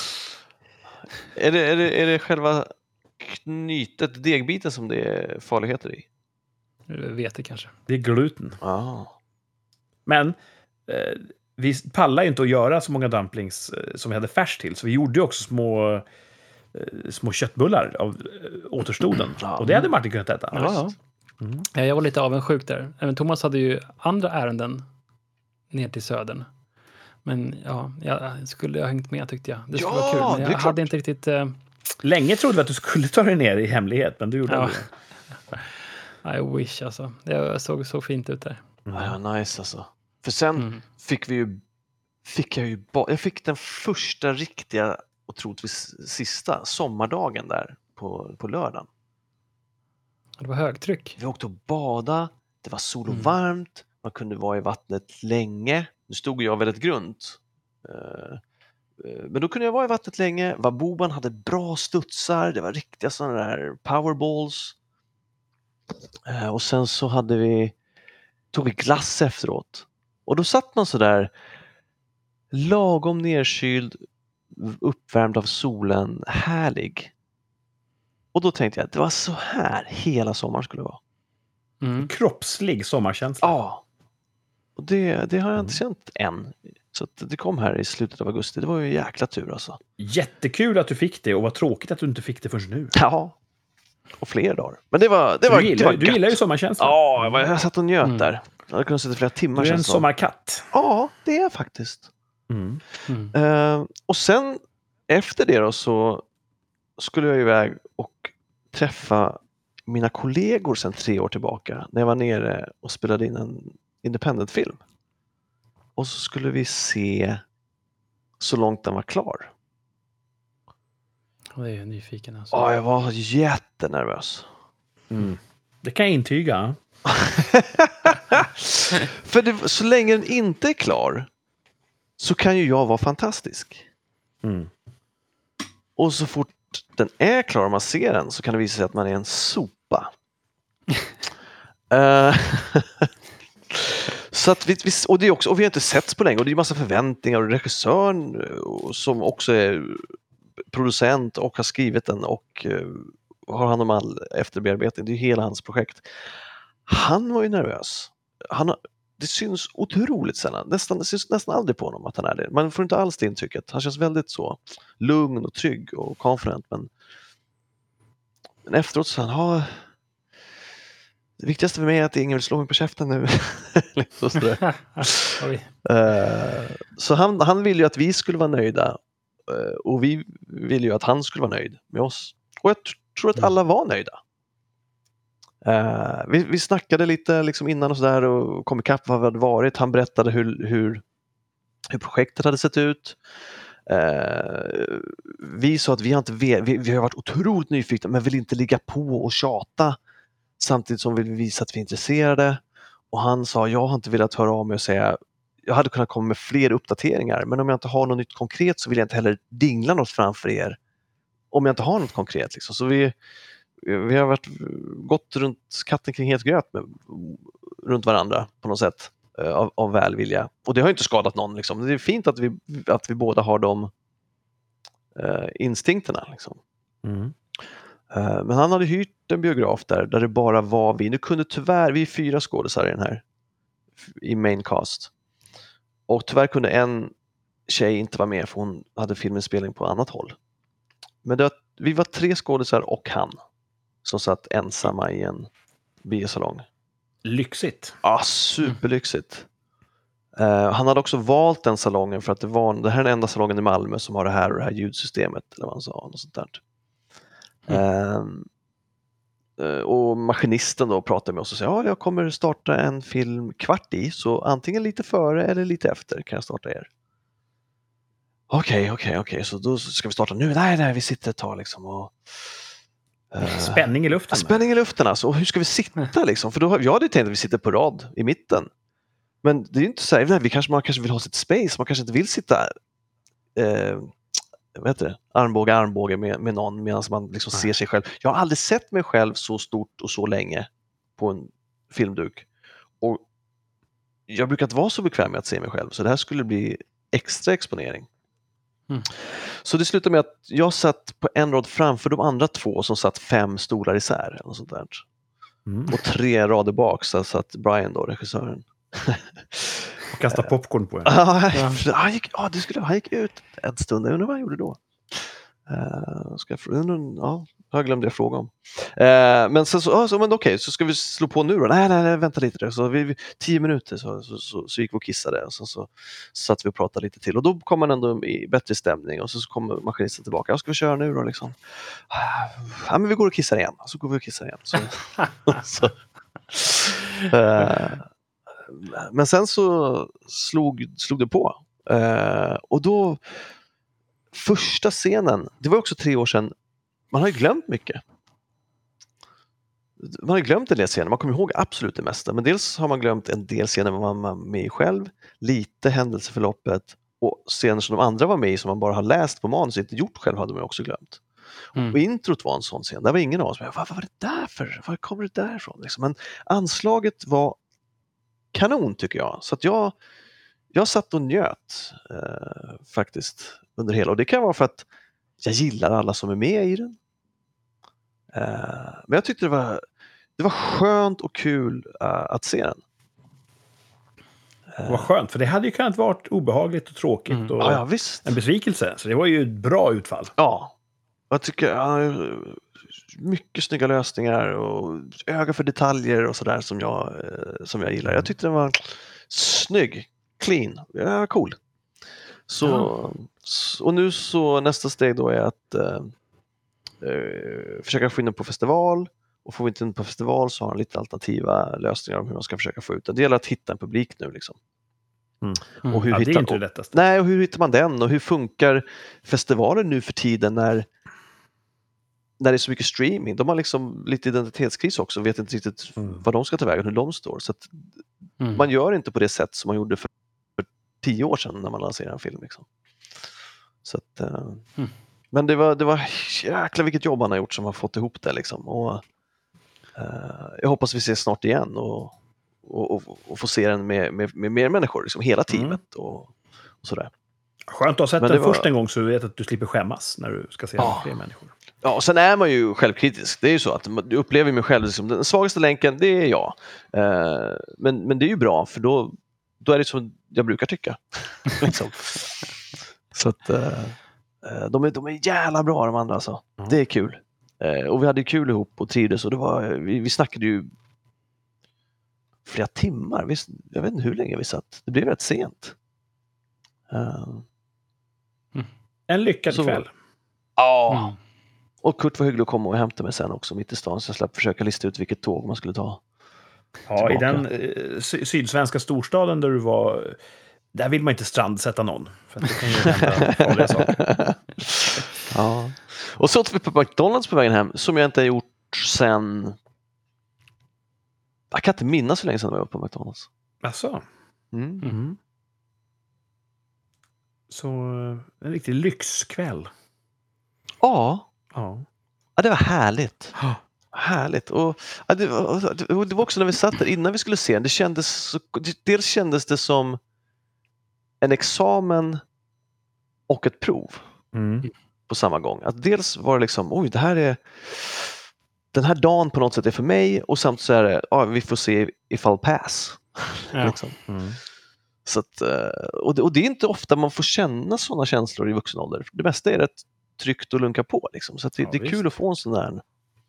Är det, är, det, är det själva knytet, degbiten som det är farligheter i? Vet det kanske. Det är gluten. Ja. Men eh, vi pallar ju inte att göra så många dumplings eh, som vi hade färs till, så vi gjorde ju också små, eh, små köttbullar av eh, återstoden. Ja. Och det hade Martin kunnat äta. Ja, ja. Mm. Ja, jag var lite avundsjuk där. Även Thomas hade ju andra ärenden ner till södern. Men ja, jag skulle ha hängt med tyckte jag. Det skulle Ja, vara kul. Men det är jag klart. hade inte riktigt... Eh, Länge trodde vi att du skulle ta dig ner i hemlighet, men du gjorde Ja. det. I wish alltså. Det såg så fint ut där. Ja, nice alltså. För sen Mm. fick vi ju fick jag ju ba- jag fick den första riktiga och troligtvis sista sommardagen där på, på lördagen. Det var högtryck. Vi åkte och bada, det var sol och Mm. varmt, man kunde vara i vattnet länge. Nu stod jag väldigt grunt. Eh, eh, Men då kunde jag vara i vattnet länge. Vaboban hade bra studsar, det var riktiga sådana där powerballs. Eh, Och sen så hade vi, tog vi glass efteråt. Och då satt man så där lagom nerkyld, uppvärmd av solen, härlig. Och då tänkte jag att det var så här hela sommaren skulle vara. Mm. Kroppslig sommarkänsla. Ja, och det, det har jag inte Mm. känt än. Så att det kom här i slutet av augusti. Det var ju en jäkla tur alltså. Jättekul att du fick det och vad tråkigt att du inte fick det förrän nu. Ja, och fler dagar. Men det var, det Du, var, gillar, det var du gött. gillar ju sommarkänslan. Ja, jag, var, jag satt och njöt Mm. där. Jag hade kunnat sitta flera timmar Du är en känns som. sommarkatt. Ja, det är jag faktiskt. Mm. Mm. Eh, och sen efter det då så skulle jag iväg och träffa mina kollegor sedan tre år tillbaka när jag var nere och spelade in en independent-film. Och så skulle vi se så långt den var klar. Och det är jag nyfiken alltså. Ja, jag var jättenervös. Mm. Det kan jag intyga. För det, så länge den inte är klar så kan ju jag vara fantastisk. Mm. Och så fort den är klar och man ser den så kan det visa sig att man är en sopa. Eh, så att vi, vi, och, det är också, och vi har inte setts på länge och det är massa förväntningar och regissören och, som också är producent och har skrivit den och uh, har hand om all efterbearbetning. Det är hela hans projekt. Han var ju nervös. Han har, det syns otroligt sällan. Nästan, det syns nästan aldrig på honom att han är det. Man får inte alls det intrycket. Han känns väldigt så lugn och trygg och confident. Men, men efteråt så han har det viktigaste för mig är att ingen vill slå mig på käften nu. så, Oj. uh, så han, han ville ju att vi skulle vara nöjda. Uh, och vi ville ju att han skulle vara nöjd med oss. Och jag t- tror att alla var nöjda. Uh, vi, vi snackade lite liksom innan och så där och kom ikapp vad vi hade varit. Han berättade hur, hur, hur projektet hade sett ut. Uh, vi sa att vi har, inte ve- vi, vi har varit otroligt nyfikna men vill inte ligga på och tjata samtidigt som vi vill visa att vi är intresserade. Och han sa, jag har inte velat höra av mig och säga jag hade kunnat komma med fler uppdateringar men om jag inte har något nytt konkret så vill jag inte heller dingla något framför er om jag inte har något konkret. Liksom. Så vi Vi har varit, gått runt katten kring het gröt med, runt varandra på något sätt uh, av, av välvilja. Och det har inte skadat någon. Liksom. Det är fint att vi, att vi båda har de uh, instinkterna. Liksom. Mm. Uh, men han hade hyrt en biograf där, där det bara var vi. Nu kunde tyvärr, vi är fyra skådespelare i den här i maincast. Och tyvärr kunde en tjej inte vara med för hon hade filminspelning på annat håll. Men det, vi var tre skådespelare och han. Som satt ensamma i en biosalong. Lyxigt. Ja, superlyxigt. Uh, han hade också valt den salongen för att det var det här är den enda salongen i Malmö som har det här och det här ljudsystemet eller vad han sa, något sånt där. Mm. Uh, uh, och maskinisten då pratade med oss och sa ja, jag kommer starta en film kvart i så antingen lite före eller lite efter kan jag starta er. Okej, okay, okej, okay, okej, okay. Så då ska vi starta nu. Nej, nej, vi sitter ett tag liksom och Uh, spänning i luften. Spänning i luften alltså. Och hur ska vi sitta liksom? För då har, jag hade tänkt att vi sitter på rad i mitten. Men det är ju inte så här, nej, vi kanske, man kanske vill ha sitt space. Man kanske inte vill sitta eh, vad heter det? armbåge, armbåge med, med någon medan man liksom ser sig själv. Jag har aldrig sett mig själv så stort och så länge på en filmduk. Och jag brukar inte vara så bekväm med att se mig själv. Så det här skulle bli extra exponering. Mm. Så det slutade med att jag satt på en rad framför de andra två som satt fem stolar isär eller sånt där. Mm. Och tre rader bak så satt Brian då, regissören. Och kastade popcorn på en. Ja, han gick, ja, det skulle, han gick ut en stund. Jag undrar vad han gjorde då. Uh, ska jag, undra, ja, jag glömde jag fråga om. Uh, men sen så, så men okej, så ska vi slå på nu då? Nej, nej, nej vänta lite där. Så vi, vi, tio minuter så, så, så, så gick vi och kissade och så, så, så satt vi och pratade lite till. Och då kom man ändå i bättre stämning och så, så kommer maskinisten tillbaka. Ja, ska vi köra nu då liksom? Ja, men vi går och kissar igen. Så går vi och kissar igen. Så, så, uh, men sen så slog, slog det på. Uh, och då, första scenen, det var också tre år sedan, man har ju glömt mycket. Man har ju glömt en del scener, man kommer ihåg absolut det mesta, men dels har man glömt en del scener man var med i själv, lite händelseförloppet, och scener som de andra var med i som man bara har läst på manus och inte gjort själv hade man också glömt. Mm. Och introt var en sån scen, där var ingen av oss, vad, vad var det där för? Var kommer det där ifrån? Liksom. Men anslaget var kanon tycker jag, så att jag jag satt och njöt eh, faktiskt under hela, och det kan vara för att jag gillar alla som är med i den. Eh, men jag tyckte det var det var skönt och kul uh, att se den. Vad skönt, för det hade ju kunnat varit obehagligt och tråkigt mm. och ja, ja, visst. en besvikelse. Så det var ju ett bra utfall. Ja, jag tycker ja, mycket snygga lösningar och öga för detaljer och sådär som jag, som jag gillar. Jag tyckte den var snygg, clean, ja, cool. Så, ja. Och nu så nästa steg då är att uh, uh, försöka få in den på festival. Och får vi inte in på festival så har han lite alternativa lösningar om hur man ska försöka få ut den. Det gäller att hitta en publik nu liksom. Mm. Mm. Och hur ja, hittar, det är inte det lättaste. Nej, och hur hittar man den? Och hur funkar festivaler nu för tiden när, när det är så mycket streaming? De har liksom lite identitetskris också och vet inte riktigt mm. vad de ska ta vägen, hur de står. Så att mm. man gör inte på det sätt som man gjorde för, för tio år sedan när man lanserade en film. Liksom. Så att, uh, mm. Men det var, det var jäkla vilket jobb han har gjort som har fått ihop det liksom. Och Uh, jag hoppas vi ses snart igen och, och, och, och får se den med, med, med mer människor, liksom hela teamet mm. och, och sådär. Skönt att ha sett Men den var... först en gång så du vet att du slipper skämmas när du ska se ja. fler människor. Ja, och sen är man ju självkritisk. Det är ju så att du upplever mig själv som den svagaste länken, det är jag. Uh, men, men det är ju bra, för då, då är det som jag brukar tycka. liksom. Så att uh, de, är, de är jävla bra de andra alltså. Mm. Det är kul. Uh, och vi hade kul ihop och trivdes och det var, vi, vi snackade ju flera timmar. Vi, jag vet inte hur länge vi satt. Det blev rätt sent. Uh, mm. En lyckad så, kväll. Ja. Mm. Och Kurt var hygglig att komma och hämta mig sen också mitt i stan så jag slapp försöka lista ut vilket tåg man skulle ta. Ja, tillbaka. I den eh, sydsvenska storstaden där du var, där vill man inte strandsätta någon. För att det kan ju hända farliga saker. Ja. Och så åt vi på McDonalds på vägen hem som jag inte har gjort sen... Jag kan inte minnas hur länge sedan jag var på McDonalds. Asså? Mm. Mm. Så en riktig lyxkväll. Ja. Ja. Ja, det var härligt. Ja. Härligt. Och, ja, det, var, det var också när vi satt där innan vi skulle se den. Det kändes så, dels kändes det som en examen och ett prov. Mm. På samma gång. Att dels var det liksom, oj, det här är den här dagen på något sätt är för mig och samt så är det, ja, vi får se ifall pass. Ja. liksom. Mm. Så att, och, det, och det är inte ofta man får känna sådana känslor i vuxen ålder. Det mesta är rätt tryggt och lunka på. Liksom. Så att det, ja, det är visst. Kul att få en sån där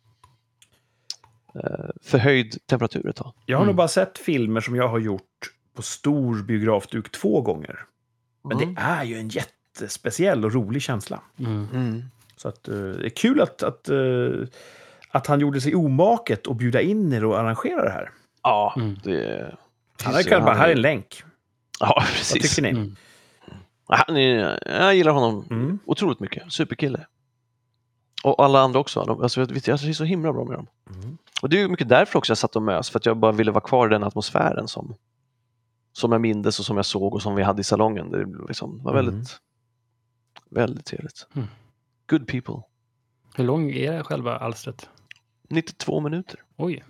uh, förhöjd temperatur ett tag. Jag har mm. nog bara sett filmer som jag har gjort på stor biografduk två gånger. Men mm. det är ju en jättespeciell och rolig känsla. Mm. Mm. Så att, uh, det är kul att, att, uh, att han gjorde sig omaket och bjuda in er och arrangera det här. Ja, mm. det... Han är bara, här är en länk. Ja, precis. Vad tycker ni? Mm. Han är, jag gillar honom mm. otroligt mycket. Superkille. Och alla andra också. De, alltså, jag, vet, jag är så himla bra med dem. Mm. Och det är mycket därför också jag satt och mös. För att jag bara ville vara kvar i den atmosfären som, som jag mindes och som jag såg och som vi hade i salongen. Det liksom, var väldigt, mm. väldigt trevligt. Mm. Good people. Hur lång är själva alstret? nittiotvå minuter. Oj.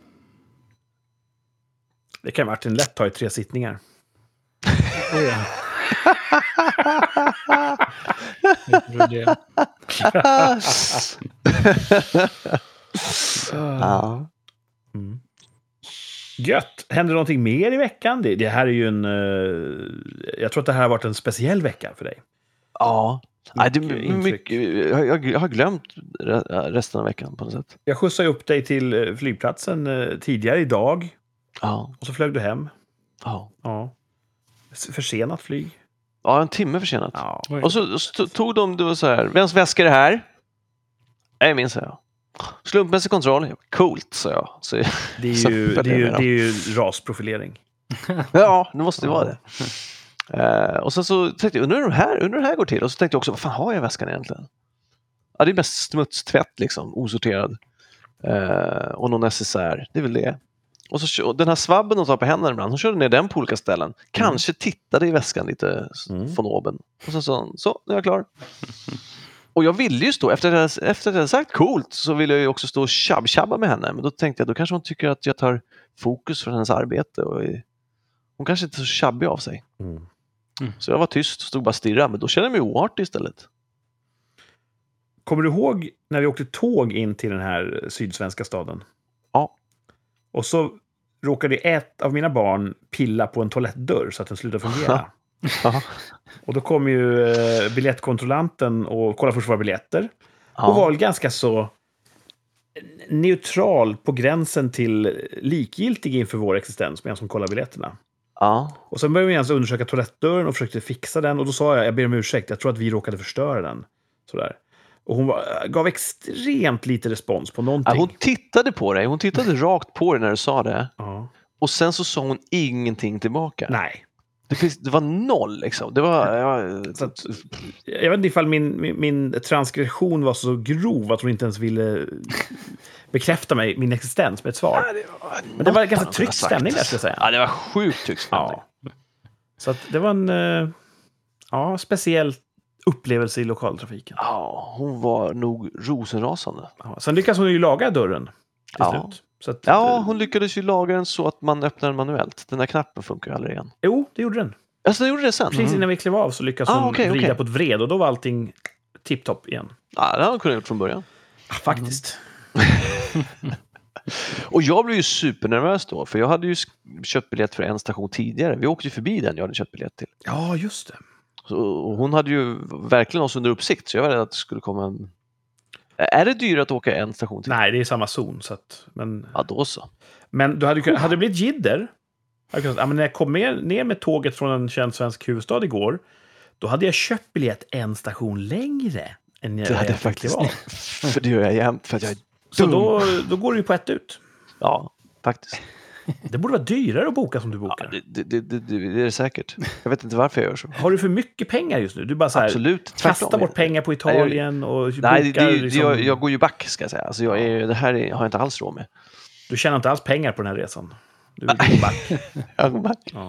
Det kan Martin lätt ta i tre sittningar. Oj. ja. Mm. Gött. Händer någonting mer i veckan? Det, det här är ju en... Uh, jag tror att det här har varit en speciell vecka för dig. Ja. Nej, det, mycket, jag, jag har glömt resten av veckan på något sätt. Jag skjutsade upp dig till flygplatsen uh, tidigare idag. Ja. Och så flög du hem. Ja. Ja. Försenat flyg. Ja, en timme försenat. Ja. Och så, så tog de det så här. Vems väska är det här? Jag minns jag. Slumpmässig kontroll. Coolt, sa jag. Så, det, är ju, det, är ju, det är ju rasprofilering. Ja, det måste ju vara det. Eh, och sen så tänkte jag, undrar hur det här, undrar hur det här går till? Och så tänkte jag också, vad fan har jag i väskan egentligen? Ja, det är mest smutstvätt liksom, osorterad. Eh, och någon S S R, det är väl det. Och så och den här svabben de tar på händerna ibland, hon körde ner den på olika ställen. Kanske mm. tittade i väskan lite mm. från oben. Och sen så, så, nu är jag klar. Och jag ville ju stå, efter att jag, efter att jag hade sagt coolt, så ville jag ju också stå och tjabb-tjabba med henne. Men då tänkte jag, då kanske hon tycker att jag tar fokus från hennes arbete. Och hon kanske inte är så tjabbig av sig. Mm. Mm. Så jag var tyst och stod bara stirra, men då kände jag mig oartig istället. Kommer du ihåg när vi åkte tåg in till den här sydsvenska staden? Ja. Och så råkade ett av mina barn pilla på en toalettdörr så att den slutade fungera. Och då kom ju eh, biljettkontrollanten och kollade först våra biljetter. Ja. Och var väl ganska så neutral på gränsen till likgiltig inför vår existens medan som kollade biljetterna. Ja. Och sen började vi alltså undersöka toalettdörren och försökte fixa den. Och då sa jag, jag ber om ursäkt, jag tror att vi råkade förstöra den. Sådär. Och hon var, gav extremt lite respons på någonting. Ja, hon tittade på dig, hon tittade rakt på dig när du sa det. Ja. Och sen så sa hon ingenting tillbaka. Nej. Det, finns, det var noll liksom. Det var, ja, så att, jag vet inte ifall min, min, min transgression var så grov att hon inte ens ville bekräfta mig, min existens med ett svar. Ja, det var Men det var ganska tryckt stämning där, ska jag säga. Ja, det var sjukt tryckt stämning. Ja. Så att det var en ja, speciell upplevelse i lokaltrafiken. Ja, hon var nog rosenrasande. Ja, sen lyckades hon ju laga dörren till ja. slut. Så att, ja, hon lyckades ju laga den så att man öppnar den manuellt. Den där knappen funkar ju aldrig igen. Jo, det gjorde den. Alltså, den gjorde det sen? Precis innan mm. vi klev av så lyckades hon ah, okay, vrida okay. på ett vred och då var allting tipptopp igen. Ja, det hade hon kunnat gjort från början. Ja, faktiskt. Mm. Och jag blev ju supernervös då, för jag hade ju köpt biljett för en station tidigare. Vi åkte ju förbi den jag hade köpt biljett till. Ja, just det. Så, och hon hade ju verkligen oss under uppsikt, så jag var rädd att det skulle komma en... Är det dyrt att åka en station till? Nej, det är samma zon. Så att, men... Ja, då så. Men du hade, kunnat, hade det blivit jidder, hade kunnat, ja, men när jag kom med, ner med tåget från en känd svensk huvudstad igår, då hade jag köpt biljett en station längre än jag, det hade jag faktiskt var. För det gör jag jämt, för att jag är dum. Så då, då går det ju på ett ut. Ja, faktiskt. Det borde vara dyrare att boka som du bokar. Ja, det, det, det, det, det är det säkert. Jag vet inte varför jag gör så. Har du för mycket pengar just nu? Du bara så här, absolut, kastar bort pengar på Italien och nej, bokar... Nej, det, det, liksom... jag, jag går ju back, ska jag säga. Alltså, jag är, det här är, har jag inte alls råd med. Du tjänar inte alls pengar på den här resan. Du går back. Jag går back. Ja.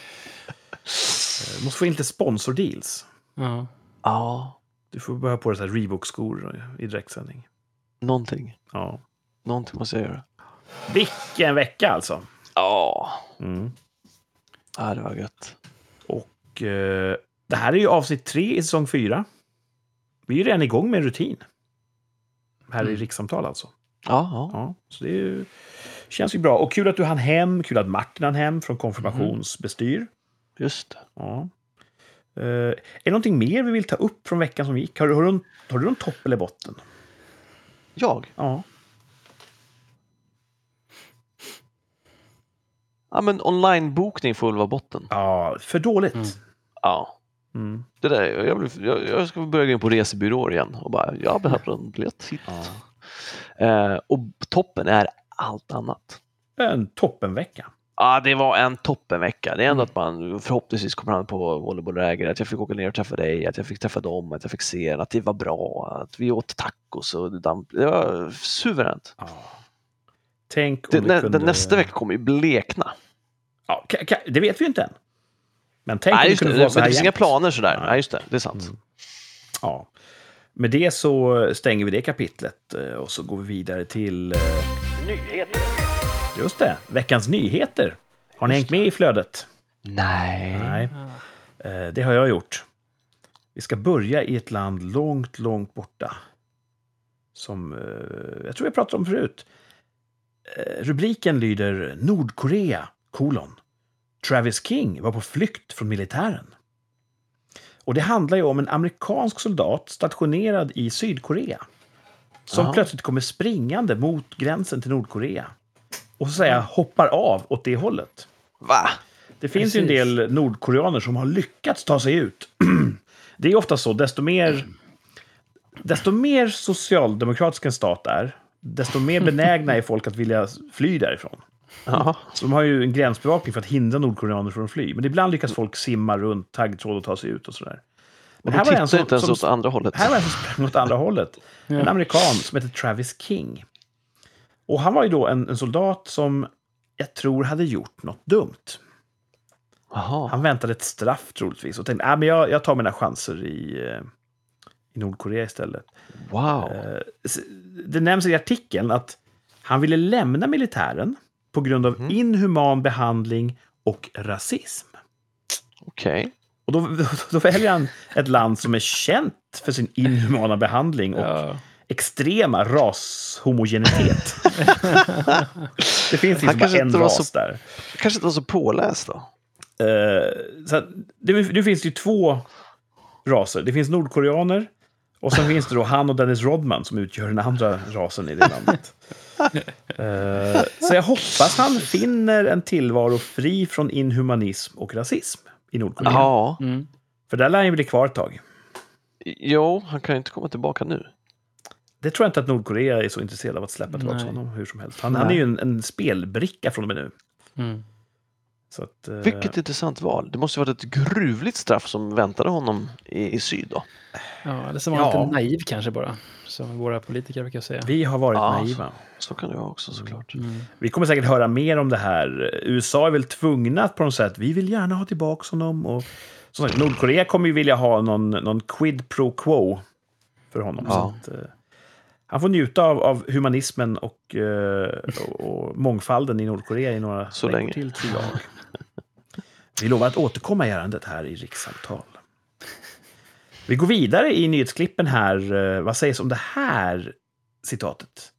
Du måste få in lite sponsordeals. Ja. Ja. Du får börja på det så här Reebok-skor i direktsändning. Någonting. Ja. Någonting måste jag göra. Vilken vecka alltså. Ja. Mm. Ja, det var gött. Och eh, det här är ju avsnitt tre i säsong fyra. Vi är ju redan igång med en rutin. Här mm. i rikssamtal alltså. Ja, ja. Ja, så det är ju, känns ju bra. Och kul att du hann hem. Kul att Martin hann hem från konfirmationsbestyr. Mm. Just det. Ja. Uh, är det någonting mer vi vill ta upp från veckan som gick? Har du, har du, har du någon topp eller botten? Jag? Ja. Ja, men onlinebokning får väl vara botten. Ja, för dåligt. Mm. Ja. Mm. Det där, jag, vill, jag, jag ska börja gå in på resebyråer igen och bara, jag behöver en biljett hit. Ja. Eh, och toppen är allt annat. En toppenvecka. Ja, det var en toppenvecka. Det är ändå mm. att man förhoppningsvis kommer an på volleybollläger, att jag fick åka ner och träffa dig, att jag fick träffa dem, att jag fick se att det var bra, att vi åt tacos och damp. Det var suveränt. Ja. Tänk om det, nä, kunde... Nästa vecka kommer ju blekna. Ja, ka, ka, det vet vi inte än. Men tänk Nej, om det just kunde det, vara så här det finns jämt. inga planer sådär. Nej. Nej, just det. Det är sant. Mm. Ja. Med det så stänger vi det kapitlet och så går vi vidare till... Nyheter. Just det, veckans nyheter. Har ni hängt med i flödet? Nej. Nej. Det har jag gjort. Vi ska börja i ett land långt, långt borta. Som jag tror jag pratade om förut. Rubriken lyder Nordkorea, kolon. Travis King var på flykt från militären. Och det handlar ju om en amerikansk soldat stationerad i Sydkorea. Som Aha. plötsligt kommer springande mot gränsen till Nordkorea. Och så säga hoppar av åt det hållet. Va? Det finns Precis. ju en del nordkoreaner som har lyckats ta sig ut. Det är ofta så, desto mer, desto mer socialdemokratisk en stat är, desto mer benägna är folk att vilja fly därifrån. Ja. Så de har ju en gränsbevakning för att hindra nordkoreaner från att fly. Men ibland lyckas folk simma runt taggtråd och ta sig ut och sådär. Men Och här de var en tittar som, inte ens som, åt andra hållet. här var en som sprang åt andra hållet. En Ja. amerikan som heter Travis King. Och han var ju då en, en soldat som jag tror hade gjort något dumt. Jaha. Han väntade ett straff troligtvis och tänkte, ah, men jag, jag tar mina chanser i, eh, i Nordkorea istället. Wow. Eh, s- Det nämns i artikeln att han ville lämna militären på grund av Mm. inhuman behandling och rasism. Okej. Och då, då, då väljer han ett land som är känt för sin inhumana behandling och Ja. extrema rashomogenitet. Det finns Han liksom bara kanske en inte var ras så- där. Kanske inte var så påläst då. Eh, så att, det, nu finns det ju två raser. Det finns nordkoreaner och sen finns det då han och Dennis Rodman som utgör den andra rasen i det landet. Eh, så jag hoppas han finner en tillvaro fri från inhumanism och rasism i Nordkorea. Ja. Mm. För där lär han ju bli kvar ett tag. Jo, han kan ju inte komma tillbaka nu. Det tror jag inte att Nordkorea är så intresserad av att släppa tillbaka Nej. honom hur som helst. Han, Nej. han är ju en, en spelbricka från och med nu. Mm. Så att, eh, Vilket intressant val. Det måste ju varit ett gruvligt straff som väntade honom i, i syd då. Ja, eller så var Ja. han lite naiv kanske bara. Som våra politiker brukar säga. vi har varit Ja. naiva. Så kan det vara också såklart. Mm. Vi kommer säkert höra mer om det här. U S A är väl tvungna att på något sätt, vi vill gärna ha tillbaka honom. Och, som sagt, Nordkorea kommer ju vilja ha någon, någon quid pro quo för honom. Ja. Så att, eh, han får njuta av, av humanismen och, eh, och, och mångfalden i Nordkorea i några Så veckor länge. till, tror jag. Vi lovar att återkomma i ärendet här i rikssamtal. Vi går vidare i nyhetsklippen här. Eh, Vad sägs om det här citatet?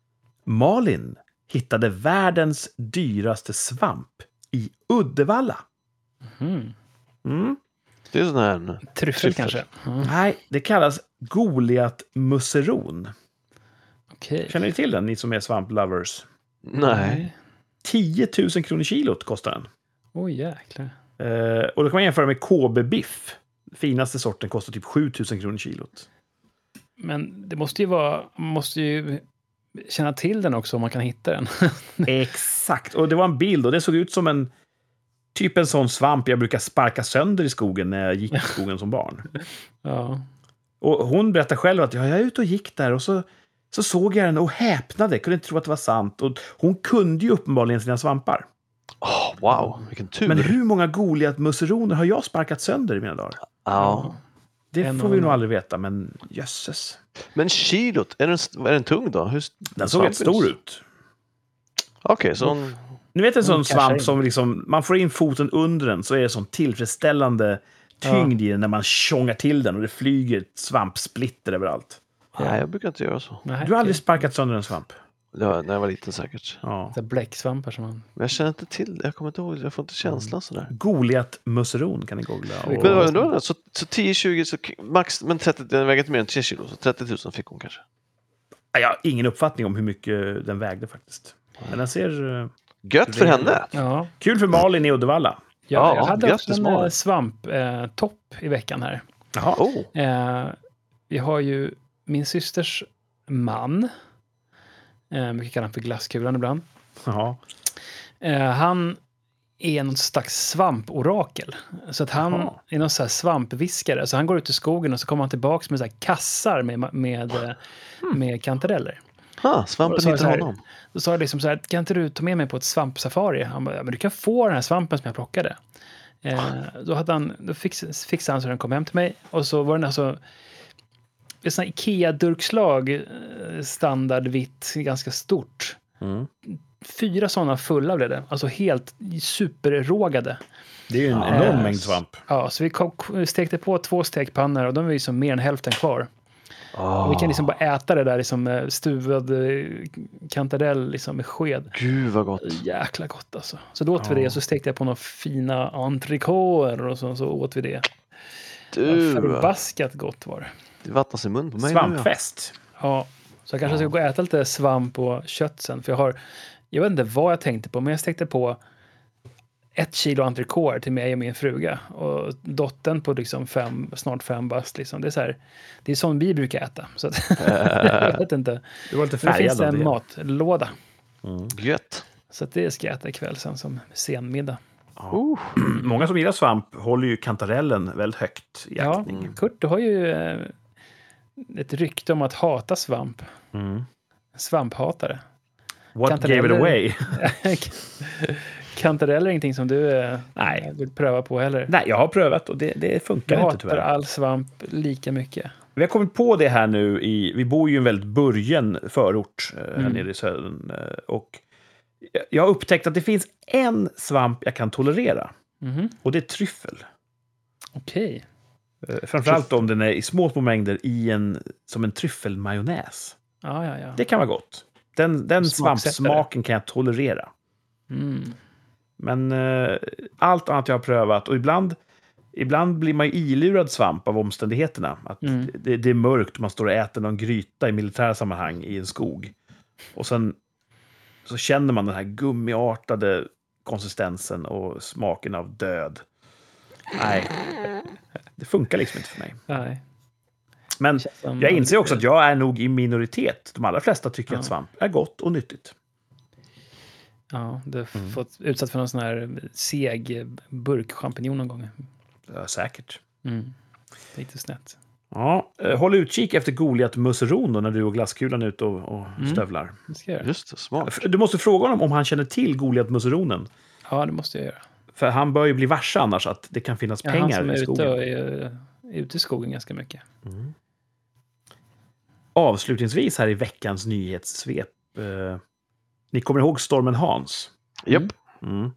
Malin hittade världens dyraste svamp i Uddevalla. Mm. Mm. Det är sån här... Tryffel Tryffel. kanske. Mm. Nej, det kallas Goliat-musseron. Okej. Känner ni till den, ni som är svamplovers? Nej. tio tusen kronor kilot kostar den. Oj, jäklar. Eh, och då kan man jämföra med K B-biff. Finaste sorten kostar typ sju tusen kronor kilot. Men det måste ju vara... Man måste ju känna till den också om man kan hitta den. Exakt, och det var en bild och det såg ut som en typ en sån svamp jag brukar sparka sönder i skogen när jag gick i skogen som barn. Ja. Och hon berättade själv att ja, jag är ute och gick där och så, så såg jag den och häpnade, kunde inte tro att det var sant. Och hon kunde ju uppenbarligen sina svampar. Oh, wow, vilken tur. Men hur många Goliat-musseroner har jag sparkat sönder i mina dagar? Ja. Det En får och vi en. nog aldrig veta, men jösses. Men kilot, är den, är den tung då? Hur, Den såg rätt stor ut. Okej, så hon... Ni vet en sån Mm, kanske svamp in. som liksom, man får in foten under den så är det sån tillfredsställande tyngd i den när man tjongar till den och det flyger ett svampsplitter överallt. Nej, jag brukar inte göra så. Nej, Du har aldrig okej. sparkat sönder en svamp? Det var, när jag var liten säkert. Ja. Så här bläcksvampar som man... Men jag känner inte till det. Jag kommer inte ihåg. Jag får inte känslan sådär. Goliat-musseron kan ni googla. Vi Och, Men vad undrar jag? Så, så tio tjugo, så k- max, men trettio, den väger inte mer än tre kilo. Så trettio tusen fick hon kanske. jag har ingen uppfattning om hur mycket den vägde faktiskt. Men den ser uh, Gött för henne! Ja. kul för Malin i Uddevalla. Ja, Ja, jag hade också grattis, en Malin. eh, svamptopp i veckan här. Jaha. Oh, Eh, vi har ju min systers man. Eh, vi kan kalla honom för Glasskulan ibland. Jaha. Eh, han är någon slags svamporakel. Så att han Jaha. är någon så här svampviskare. Så han går ut i skogen och så kommer han tillbaka med så här kassar med, med, eh, med kantareller. ha, svampen Och så är det hittar så här- honom. Då sa jag liksom så här, kan inte du ta med mig på ett svampsafari? Han bara, ja, men du kan få den här svampen som jag plockade. Eh, då hade han, då fix, fixade han så den kom hem till mig. Och så var den alltså ett sånt här Ikea-durkslag, eh, standard vitt, ganska stort. Mm. Fyra sådana fulla blev det. Alltså helt superrågade. Det är ju en Ja. enorm Eh, mängd svamp. Ja, så vi kom, stekte på två stekpannor och de var ju som mer än hälften kvar. Och vi kan liksom bara äta det där liksom eh, stuvad eh, kantarell liksom med sked. Gud vad gott. Jäkla gott alltså. Så då åt vi Ja. det, så stekte jag på några fina entrecôter och så, så åt vi det. Du, Förbaskat gott var det. det vattnas i mun på mig nu. Ja. Svampfest. Ja, så jag kanske ska gå och äta lite svamp och kött sen. För jag har, jag vet inte vad jag tänkte på, men jag stekte på ett kilo entrecôter till mig och min fruga. Och dottern på liksom fem, snart fem bast. Liksom. Det är så här, det är som vi brukar äta. Så att, jag vet inte. Du var lite Nu finns färgad det av en det. matlåda. Gött. Så att det ska jag äta ikväll sen som senmiddag. Uh. Många som gillar svamp håller ju kantarellen väldigt högt i Ja, aktning. Kurt, du har ju eh, ett rykte om att hata svamp. Mm. Svamphatare. What Kantareller- gave it away? Kantareller är ingenting som du eh, Nej. vill pröva på heller. Nej, jag har prövat och det, det funkar Jag inte hatar tyvärr. all svamp lika mycket. Vi har kommit på det här nu i, vi bor ju i en väldigt burgen förort eh, här Mm. nere i södern. Eh, och jag har upptäckt att det finns en svamp jag kan tolerera. Mhm. Och det är tryffel. Okej. Eh, framförallt om den är i små, små mängder i en, som en tryffelmajonnäs. Ja, ja, ja. Det kan vara gott. Den, den Smaksättare. svampsmaken kan jag tolerera. Mm. Men eh, allt annat jag har prövat, och ibland, ibland blir man ju ilurad svamp av omständigheterna. Att Mm. det, det är mörkt och man står och äter någon gryta i militära sammanhang i en skog. Och sen så känner man den här gummiartade konsistensen och smaken av död. Nej, det funkar liksom inte för mig. Nej. Men Känns som- jag inser också att jag är nog i minoritet. De allra flesta tycker Ja. att svamp är gott och nyttigt. Ja, du har Mm. fått utsatt för någon sån här seg burkchampinjon någon gång. Ja, säkert. Mm. Det gick lite snett. Ja, eh, håll utkik efter Goliat Musseron då när du och glasskulan är ute och, och Mm. stövlar. Det ska jag göra. Just det, smart. Du måste fråga honom om han känner till Goliat Musseronen. Ja, det måste jag göra. För han bör ju bli varse annars att det kan finnas Ja, han pengar som i är ute, skogen. och är, är ute i skogen ganska mycket. Avslutningsvis här i veckans nyhetssvep. Eh, ni kommer ihåg stormen Hans? Japp. Mm.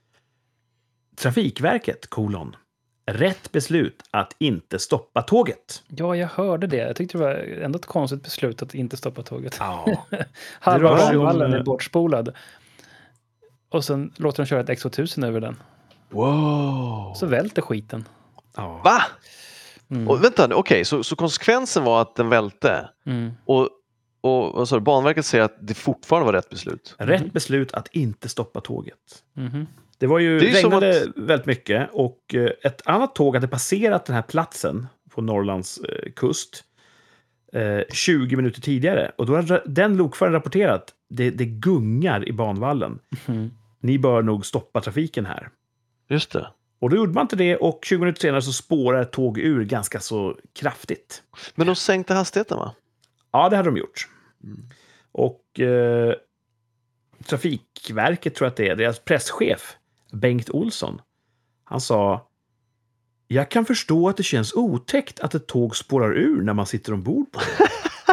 Trafikverket, kolon. Rätt beslut att inte stoppa tåget. Ja, jag hörde det. Jag tyckte det var ändå ett konstigt beslut att inte stoppa tåget. Ja. Halva rör sig om, banvallen eh, är bortspolad. Och sen låter de köra ett X tvåtusen över den. Wow. Så välter skiten. ja. Va? Mm. Och vänta, okej, så, så konsekvensen var att den välte. Mm. Och, och vad sa du, Banverket säger att det fortfarande var rätt beslut. Rätt beslut att inte stoppa tåget. Mhm. Det var ju, Det är ju som regnade väldigt mycket och eh, ett annat tåg hade passerat den här platsen på Norrlands eh, kust eh, tjugo minuter tidigare. Och då hade den lokföraren rapporterat det, det gungar i banvallen. Mhm. Ni bör nog stoppa trafiken här. Just det. Och då gjorde man inte det och tjugo minuter senare så spårar ett tåg ur ganska så kraftigt. Men de sänkte hastigheten, va? Ja, det hade de gjort. Och eh, Trafikverket tror jag att det är, deras presschef Bengt Olsson, han sa: jag kan förstå att det känns otäckt att ett tåg spårar ur när man sitter ombord på det.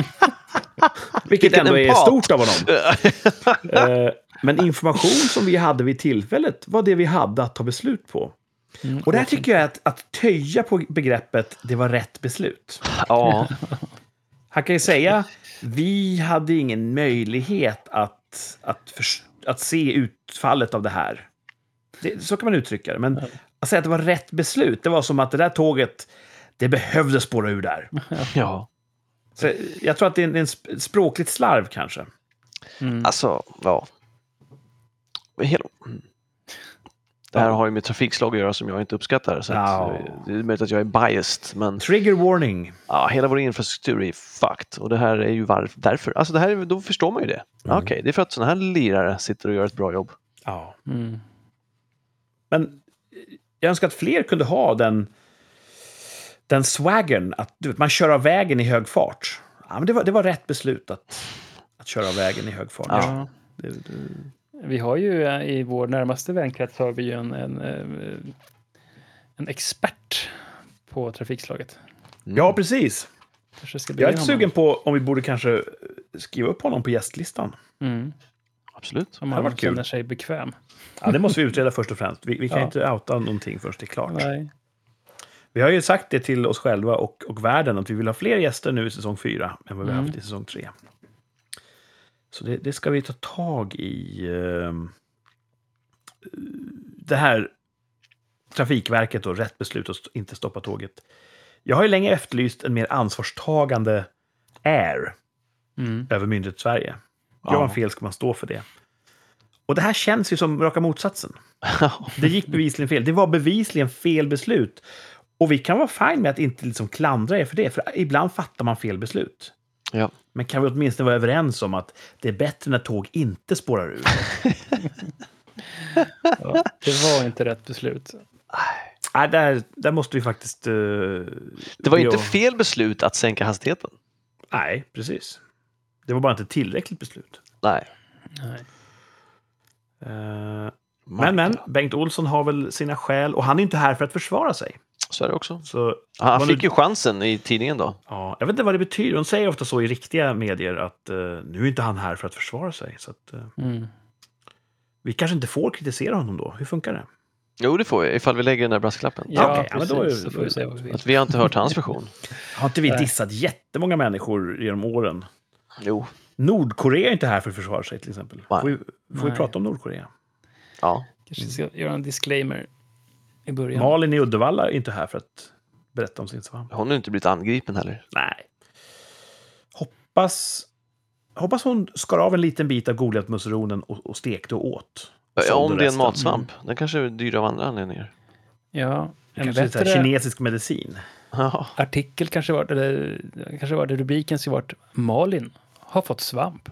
Vilket Vilken ändå är empat. stort av honom. Eh, Men information som vi hade vid tillfället var det vi hade att ta beslut på. Mm. Och där tycker jag att, att töja på begreppet det var rätt beslut. Ja, Han kan ju säga vi hade ingen möjlighet att, att, förs- att se utfallet av det här. Det, så kan man uttrycka det. Men att säga att det var rätt beslut, det var som att det där tåget, det behövde spåra ur där. ja. Så jag tror att det är en, en sp- språkligt slarv kanske. Mm. Alltså, ja. Men hela... Det här har ju med trafikslag att göra som jag inte uppskattar. Så Ja. att, det är möjligt att jag är biased, men Trigger warning. ja, hela vår infrastruktur är fucked. Och det här är ju var- därför. Alltså det här, är- då förstår man ju det. Mm. Okej, det är för att sådana här lirare sitter och gör ett bra jobb. Ja. Mm. Men jag önskar att fler kunde ha den, den swaggern att du vet, man kör av vägen i hög fart. Ja, men det, var, det var rätt beslut att, att köra av vägen i hög fart. Ja. Det, det, Vi har ju eh, i vår närmaste vänkrets har vi ju en, en, eh, en expert på trafikslaget. ja, precis. Kanske ska Jag bjuda är lite honom. sugen på om vi borde kanske skriva upp honom på gästlistan. Mm. Absolut. Om hade han varit kul. känner sig bekväm. Ja, det måste vi utreda först och främst. Vi, vi kan Ja. inte outa någonting först det är klart. Nej. Vi har ju sagt det till oss själva och, och världen att vi vill ha fler gäster nu i säsong fyra än vad vi har Mm. haft i säsong tre. Så det, det ska vi ta tag i. ehm, Det här Trafikverket och rätt beslut att st- inte stoppa tåget. Jag har ju länge efterlyst en mer ansvarstagande air Mm. över myndighets-Sverige. Gör Ja. man fel ska man stå för det. Och det här känns ju som raka motsatsen. Det gick bevisligen fel. Det var bevisligen fel beslut. Och vi kan vara fine med att inte liksom klandra er för det. För ibland fattar man fel beslut. Ja. Men kan vi åtminstone vara överens om att det är bättre när tåg inte spårar ur? Ja, det var inte rätt beslut. Nej, där, där måste vi faktiskt... Uh, Det var inte fel beslut att sänka hastigheten. Nej, precis. Det var bara inte tillräckligt beslut. Nej. Nej. Uh, men, men, Bengt Olsson har väl sina skäl och han är inte här för att försvara sig. Så är det också. Så, han fick nu, ju chansen i tidningen då. Ja, jag vet inte vad det betyder. De säger ofta så i riktiga medier att uh, nu är inte han här för att försvara sig. Så att, uh, Mm. vi kanske inte får kritisera honom då. Hur funkar det? Jo, det får vi, ifall vi lägger den där brasklappen. Ja, Okej, ja, men då är- precis. Så får vi se vad vi vill. Att vi har inte hört hans version. Har inte vi Nej. dissat jättemånga människor genom åren? Jo, Nordkorea är inte här för att försvara sig till exempel. Nej. Får vi, får vi Nej. prata om Nordkorea? ja. Kanske ska göra en disclaimer i början. Malin i Uddevalla är inte här för att berätta om sin svamp. Hon har inte blivit angripen heller. Nej. Hoppas, hoppas hon skar av en liten bit av goliatmusseronen och, och stekte och åt. Ja, Sålde om det är en resten. matsvamp. Den kanske är dyr av andra anledningar. Ja, en Kanske lite så här bättre kinesisk medicin. Ja. artikel kanske var, eller kanske var det rubriken som varit Malin har fått svamp.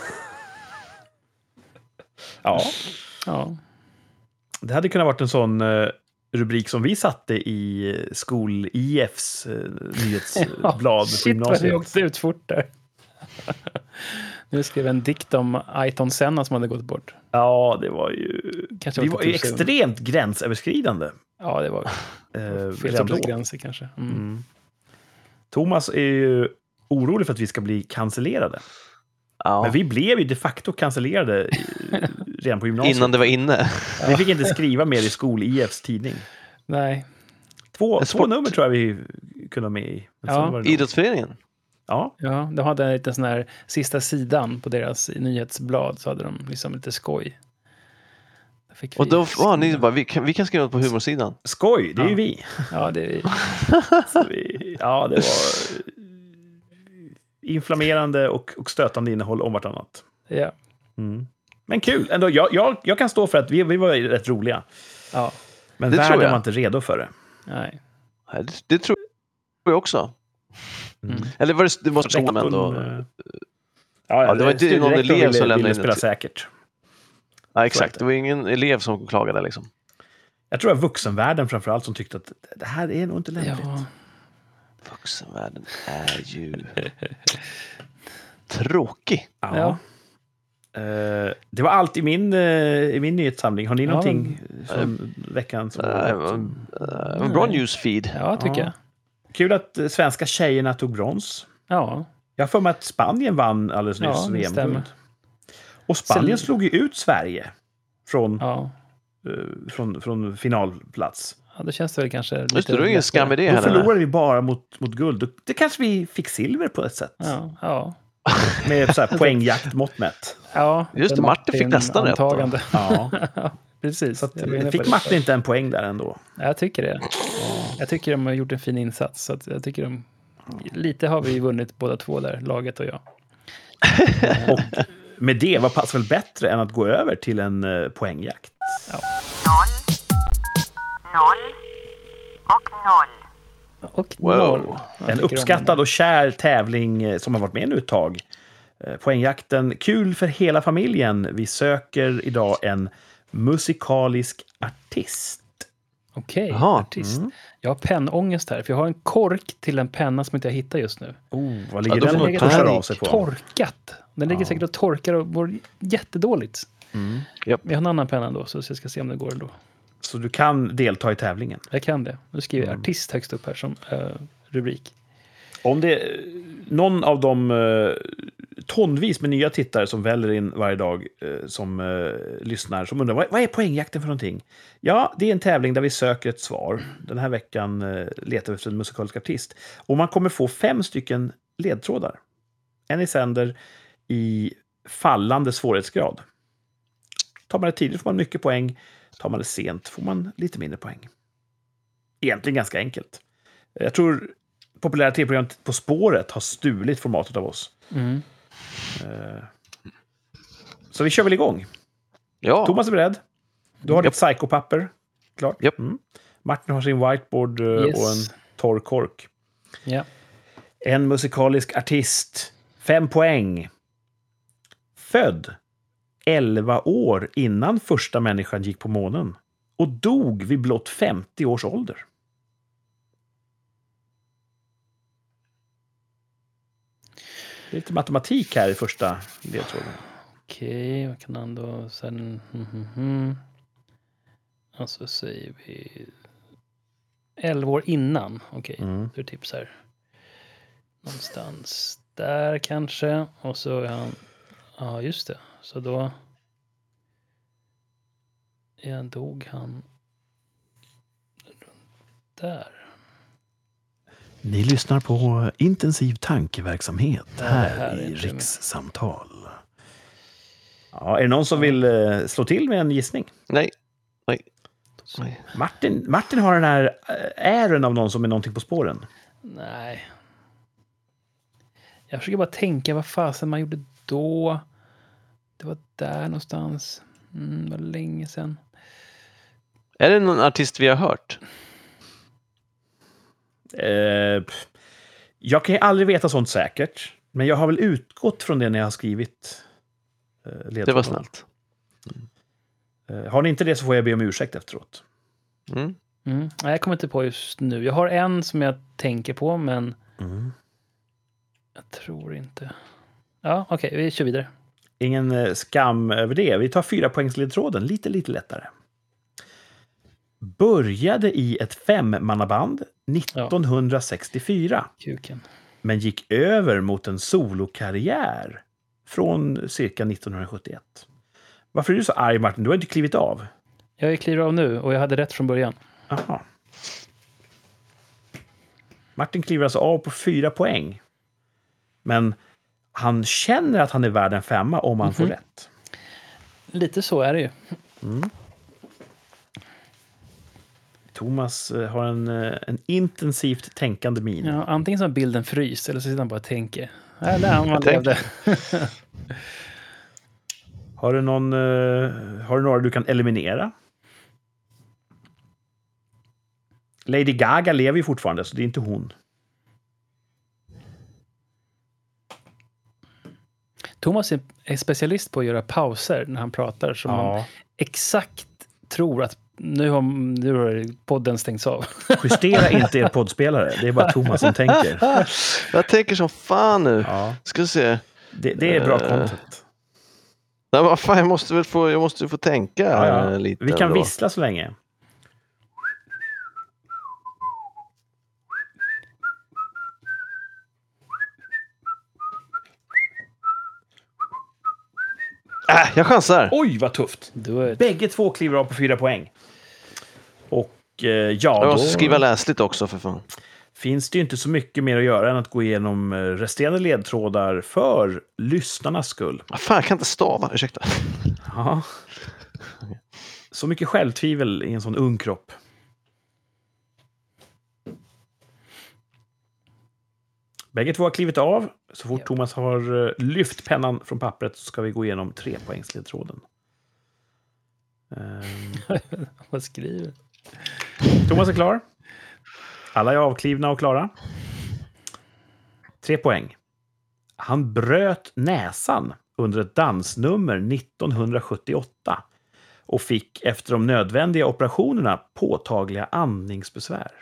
Ja, Ja, det hade kunnat varit en sån eh, rubrik som vi satte i skol-I Fs eh, nyhetsblad på shit vad det gymnasiet. åkte ut fort där. Nu skrev en dikt om Ayrton Senna som hade gått bort. Ja, det var ju... Kanske Vi var var ju tusen. extremt gränsöverskridande. Ja, det var Eh, fel redan sorts då. gränser kanske. Mm. Mm. Thomas är ju orolig för att vi ska bli cancellerade. Ja. Men vi blev ju de facto cancellerade i- redan på gymnasiet. Innan det var inne. Vi fick inte skriva mer i skol-I Fs tidning. Nej, Två, En två sport- nummer tror jag vi kunde ha med i. Men Ja. sen var det nog- Idrottsföreningen. Ja, ja, de hade en liten sån här sista sidan på deras nyhetsblad så hade de liksom lite skoj. Där fick Och vi då var ni skriva. bara, vi kan, vi kan skriva något på humorsidan. skoj, det är ju Ja. vi. Ja, det är Så vi. Ja, det var inflammerande och, och stötande innehåll om vartannat. ja. Mm. Men kul, ändå, jag, jag, jag kan stå för att vi, vi var ju rätt roliga. Ja, Men Det tror världen jag. var inte redo för det. nej. Nej, Det, det tror jag också. Mm. Eller var det, det måste Rektorn, men då. eh, Ja, det var inte någon studierektorn elev som ville, lämnade ville in spela ett- säkert. Ja, exakt. Det var ingen elev som klagade liksom. Jag tror att vuxenvärlden framförallt som tyckte att det här är nog inte lämpligt. Ja, Vuxenvärlden är ju tråkig. Ja. Ja. Eh, det var allt i min, eh, i min nyhetssamling. Har ni Ja, någonting från veckan? Som Äh, var, som... äh, en bra newsfeed. ja tycker Ja. jag. Kul att eh, svenska tjejerna tog brons. Ja, Jag har för mig att Spanien vann alldeles nyss Ja, det V M-guld. stämmer. Och Spanien Sen- slog ju ut Sverige från, ja. eh, från, från finalplats. Ja, då känns det väl kanske lite... Just det, det är ingen lättare. skam i det Då heller. förlorade vi bara mot, mot guld. Det kanske vi fick silver på ett sätt. Ja, ja. Med så här poängjaktmått mätt. ja Just det, Martin fick nästan rätt då. antagande. Ja. Precis. Så att, Jag var inne på fick det. Martin inte en poäng där ändå? Ja, jag tycker det. Jag tycker de har gjort en fin insats. Så att jag tycker de... Lite har vi vunnit båda två där, laget och jag. Och med det, vad passar väl bättre än att gå över till en eh, poängjakt? Noll, noll och noll. Och Wow. noll. Jag En tycker om uppskattad den. och kär tävling eh, som har varit med nu ett tag. Eh, Poängjakten, kul för hela familjen. Vi söker idag en musikalisk artist. Okej, Jaha. artist. Mm. Jag har pennångest här, för jag har en kork till en penna som inte jag hittar just nu. Oh, vad Ja, ligger då den får och man pushar panik. av sig på? Torkat. Den ligger Ja. säkert och torkar och mår jättedåligt. Mm. Japp. Jag har en annan penna ändå, så jag ska se om det går ändå. Så du kan delta i tävlingen. Jag kan det. Nu skriver jag Mm. artist högst upp här som eh, rubrik. Om det är någon av de eh, tonvis med nya tittare som väller in varje dag eh, som eh, lyssnar, som undrar vad, vad är poängjakten för någonting? Ja, det är en tävling där vi söker ett svar. Den här veckan eh, letar vi efter en musikalisk artist. Och man kommer få fem stycken ledtrådar. En i sänder i fallande svårighetsgrad. Tar man det tidigt får man mycket poäng. Tar man det sent får man lite mindre poäng. Egentligen ganska enkelt. Jag tror populära tv-programmet På spåret har stulit formatet av oss. Mm. Eh, Så vi kör väl igång. Ja, Thomas är beredd. Du har Japp. ditt psykopapper. Klart. Japp. Mm. Martin har sin whiteboard eh, Yes. och en torr kork. Ja. En musikalisk artist. Fem poäng. Född elva år innan första människan gick på månen och dog vid blott femtio års ålder. Det är lite matematik här i första ledtråden. Okej, vad kan han då sen... Mm, mm, mm. Och så säger vi... elva år innan. Okej, Mm. då är det tips här. Någonstans där kanske. Och så är han... Ja, just det. Så då... Ja, dog han... Där. Ni lyssnar på intensiv tankeverksamhet Ja, det här, här är i inte- Rikssamtal. Ja, är det någon som vill eh, slå till med en gissning? Nej. Så, Nej. Martin, Martin har den här eh, ären av någon som är någonting på spåren. nej. Jag försöker bara tänka vad fasen man gjorde då. Det var där någonstans. Mm, det var länge sedan. Är det någon artist vi har hört? Eh, pff, jag kan ju aldrig veta sånt säkert, men jag har väl utgått från det när jag har skrivit eh, ledtrådar. Det var snällt. Eh, har ni inte det så får jag be om ursäkt efteråt. Mm. Mm. Nej, jag kommer inte på just nu. Jag har en som jag tänker på, men Mm. jag tror inte. Ja, okej, vi kör vidare. Ingen eh, skam över det. Vi tar fyra poängsledtråden lite, lite lättare. Började i ett femmannaband nittonhundrasextiofyra, Kuken. men gick över mot en solokarriär från cirka nittonhundrasjuttioett. Varför är du så arg, Martin? Du har inte klivit av. Jag är kliver av nu och jag hade rätt från början. Aha. Martin kliver alltså av på fyra poäng. Men han känner att han är värd en femma om han får Mhm. rätt. Lite så är det ju. Thomas eh, har en, eh, en intensivt tänkande min. Ja, antingen så har bilden fryst eller så sitter han bara och tänker. Ja, där han man Jag levde. Har du någon, eh, har du några du kan eliminera? Lady Gaga lever ju fortfarande, så det är inte hon. Thomas är är specialist på att göra pauser när han pratar. Så man exakt tror att nu har, nu har podden stängts av. Justera inte er poddspelare. Det är bara Thomas som tänker. Jag tänker som fan nu. Ja, Ska se. det, det är bra Eh, content. Nej, vad fan, jag måste väl få, jag måste få tänka Ja, ja. eh, lite. Vi kan ändå. vissla så länge. Äh, jag chansar. Oj, vad tufft. Du är Bägge två kliver av på fyra poäng. Och eh, ja, Jag då måste skriva läsligt också för fan. finns det ju inte så mycket mer att göra än att gå igenom eh, resterande ledtrådar för lyssnarnas skull. Ah, fan, jag kan inte stava. Ursäkta. Ja. Så mycket självtvivel i en sån ung kropp. Bägge två har klivit av. Så fort Ja. Thomas har eh, lyft pennan från pappret så ska vi gå igenom trepoängsledtråden. Ehm, vad skriver. Thomas är klar. Alla är avklivna och klara. Tre poäng. Han bröt näsan under ett dansnummer nittonhundrasjuttioåtta och fick efter de nödvändiga operationerna påtagliga andningsbesvär.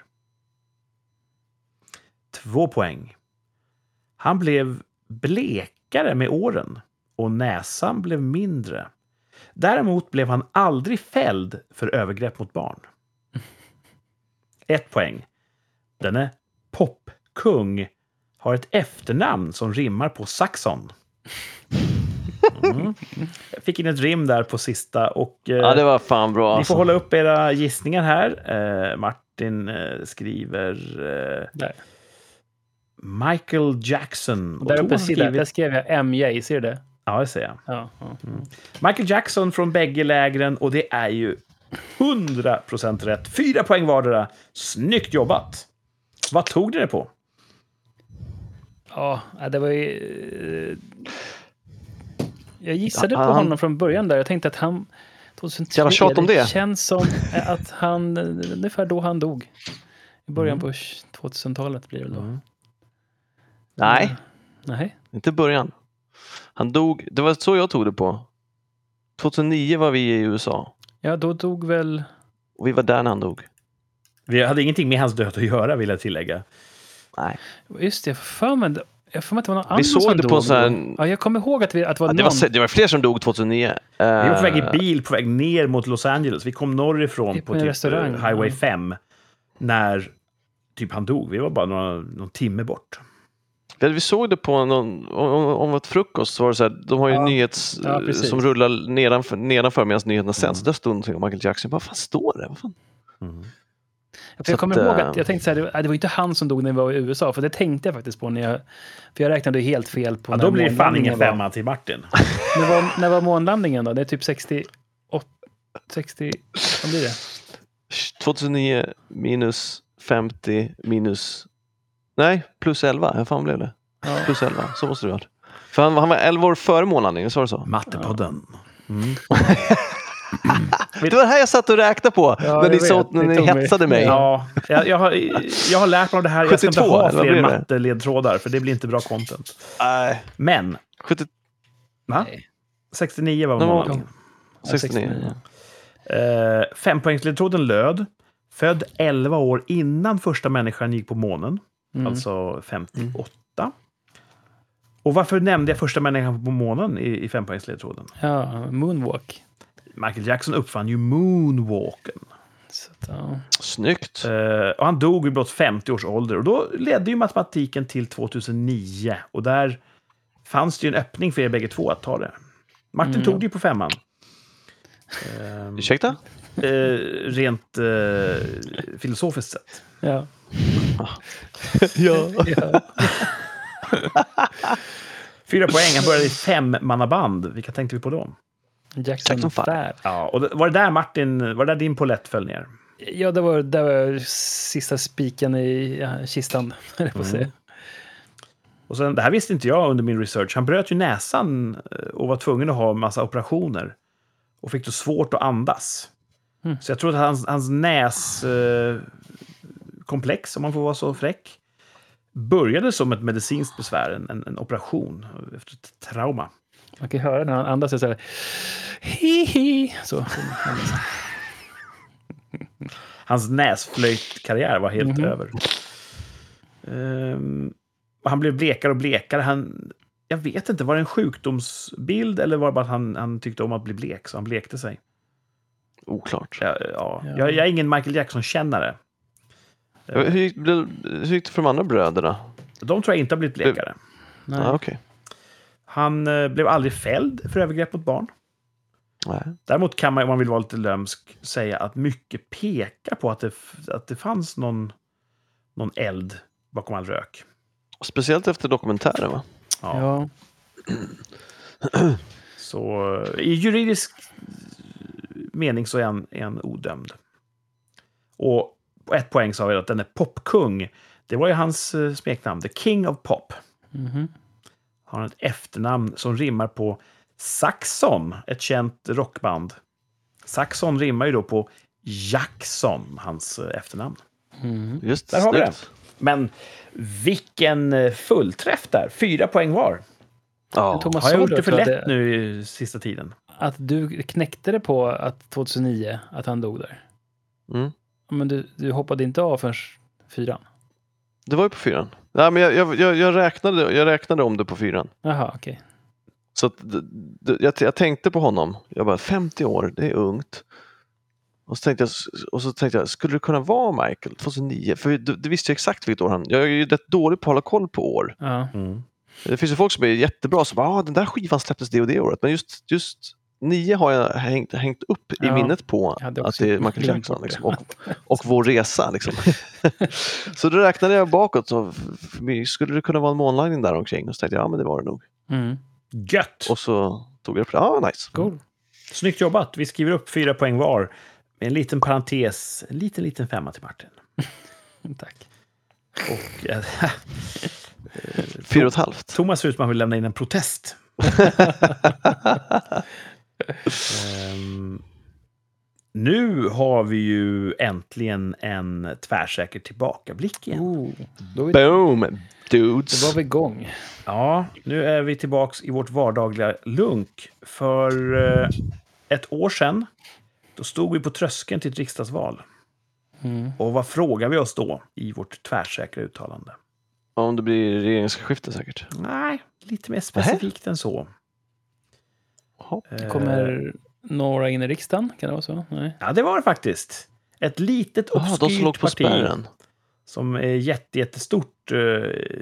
Två poäng. Han blev blekare med åren och näsan blev mindre. Däremot blev han aldrig fälld för övergrepp mot barn. Ett poäng. Denne popkung har ett efternamn som rimmar på Saxon. Mm. Jag fick in ett rim där på sista och eh, Ja, det var fan bra. ni Alltså. får hålla upp era gissningar här. Eh, Martin eh, skriver eh, Där. Michael Jackson. Och där uppe Thomas har sidan, där skrivit, skrev jag M J, ser du det? ja, det ser jag. Ja, ja. Michael Jackson från bägge lägren och det är ju hundra procent rätt. Fyra poäng vardera. Snyggt jobbat. Vad tog ni det på? Ja, det var ju... eh, Jag gissade Ja, på han- honom från början där. Jag tänkte att han... tjugohundratre, Jävla tjat om det. känns som att han... Ungefär då han dog. I början på tvåtusentalet blir det då. Mm. Nej, Nej. Inte början. Han dog, det var så jag tog det på. tjugohundranio var vi i U S A. Ja, då dog väl... Och vi var där när han dog. Vi hade ingenting med hans död att göra, vill jag tillägga. Nej. Just det, jag får för mig, jag får mig att det var någon Vi annan såg som det dog på så här... då. Ja, jag kommer ihåg att, vi, att det var Ja, det, någon... var, det var fler som dog tjugohundranio. Vi var på väg i Eh, bil på väg ner mot Los Angeles. Vi kom norrifrån Typ på en typ restaurang, eh, Highway ja. fem. När typ han dog. Vi var bara några, någon timme bort. Vi såg det på någon, om, om ett frukost så var det så här, de har ju Ja. nyhets Ja, precis. som rullar nedanför, nedanför medan nyheterna Mm. sänds. Där stod någonting om Michael Jackson. Vad fan står det? Vad fan? Mm. För Så jag kommer att, ihåg äh, att jag tänkte så här, det, det var inte han som dog när vi var i U S A, för det tänkte jag faktiskt på när jag... För jag räknade helt fel på Ja, när då blir det fan månlandningen ingen var. femma till Martin. När var, när var månlandningen då? Det är typ sextioåtta... sextio... Vad blir det? tjugohundranio minus femtio minus... Nej, plus elva. Hur fan blev det? Ja. Plus elva, så måste det vara. För han, han var elva år före månlandningen, så var det så? Mattepodden. Mm. Det var det här jag satt och räknade på Ja, när ni, jag så, vet. när Det ni tog mig- hetsade mig. Ja, jag, jag, har, jag har lärt mig av det här. Jag ska inte sjuttiotvå, ha eller vad fler blir det? matteledtrådar, för det blir inte bra content. Nej, Men, sjuttio, va? Nej. sextionio var No, månaden. Ja, sextionio. Uh, fempoängsledtråden löd: född elva år innan första människan gick på månen. Mm. Alltså femtioåtta. Och varför nämnde jag första människan på månen i, i fempoängsledtråden? Ja, Moonwalk. Michael Jackson uppfann ju moonwalken. Så att, ja. Snyggt. Uh, och han dog vid blott femtio års ålder. Och då ledde ju matematiken till tvåtusen-nio. Och där fanns det ju en öppning för er bägge två att ta det. Martin Mm. tog det ju på femman. Um, Ursäkta? uh, rent uh, filosofiskt sett. Ja. Ja. Ja. Fyra poäng. Han började i femmannaband. Vilka tänkte vi på då? Jackson Jackson Five. Five. Ja, och det, var det där Martin, var det där din polett föll ner? Ja, det var, det var sista spiken i ja, kistan, höll jag på att säga. Mm. Och sen, det här visste inte jag under min research. Han bröt ju näsan och var tvungen att ha en massa operationer. Och fick då svårt att andas. Mm. Så jag tror att hans, hans näskomplex, eh, komplex, om man får vara så fräck, började som ett medicinskt besvär, en, en, en operation efter ett trauma. Man kan höra när han andas så här. Hi-hi. Så. Hans näsflöjtkarriär var helt Mhm. över. Ehm, och han blev blekare och blekare. Han, jag vet inte, var det en sjukdomsbild eller var det bara att han, han tyckte om att bli blek, så han blekte sig? Oklart. Ja, ja. Ja. Jag, jag är ingen Michael Jackson-kännare. Hur gick, det- hur gick det för de andra bröderna? De tror jag inte har blivit blekare. Nej. Ah, okej. Han eh, blev aldrig fälld för övergrepp mot barn. Nej. Däremot kan man, om man vill vara lite lömsk, säga att mycket pekar på att det, att det fanns någon, någon eld bakom all rök. Speciellt efter dokumentären, va? Ja. Ja. Så eh, i juridisk mening så är han, är han odömd. Och på ett poäng sa vi att den är popkung. Det var ju hans eh, smeknamn, The King of Pop. Mhm. Han har ett efternamn som rimmar på Saxon, ett känt rockband. Saxon rimmar ju då på Jackson, hans eh, efternamn. Mhm. Just Där har vi snyggt. Men vilken eh, fullträff där. Fyra poäng var. Ja. Thomas, Har jag såg gjort du det för också att lätt nu i sista tiden? Att du knäckte det på att tjugohundranio att han dog där. Mm. Men du, du hoppade inte av förrän fyran? Det var ju på fyran. Nej, men jag, jag, jag, jag, räknade, jag räknade om det på fyran. Jaha, okej. Så att, d- d- jag, jag tänkte på honom. Jag bara, femtio år, det är ungt. Och så tänkte jag, och så tänkte jag skulle det kunna vara Michael tjugohundranio? För det, det visste jag exakt vilket år han... Jag är ju rätt dålig på att hålla koll på år. Ja. Mm. Det finns ju folk som är jättebra som bara, ah, den där skivan släpptes det och det året. Men just, just nio har jag hängt, hängt upp i Ja, minnet på jag hade att också det är Michael glömt Jackson. bort det. Liksom, och, och vår resa. Liksom. Så då räknade jag bakåt. Så skulle det kunna vara en månlandning där omkring? Och så tänkte jag, ja men det var det nog. Mm. Gött! Och så tog jag upp det. Ja, nice. Cool. Snyggt jobbat. Vi skriver upp fyra poäng var. Med en liten parentes, en liten, liten femma till Martin. Tack. Och, eh, Fyra och ett halvt. Thomas ser ut som han vill lämna in en protest. Ehm, nu har vi ju äntligen en tvärsäker tillbakablick igen. Oh, då är Boom! dudes? Då var vi igång. Ja, nu är vi tillbaks i vårt vardagliga lunk. För eh, ett år sedan, då stod vi på tröskeln till ett riksdagsval. Mm. Och vad frågar vi oss då i vårt tvärsäkra uttalande? Om det blir regeringsskifte säkert. Nej, lite mer specifikt än så. Jaha. Eh, Kommer några in i riksdagen? Kan det vara så? Nej. Ja, det var det faktiskt. Ett litet Ah, de som låg obskyrt på parti spärren. som är jätte, jättestort eh,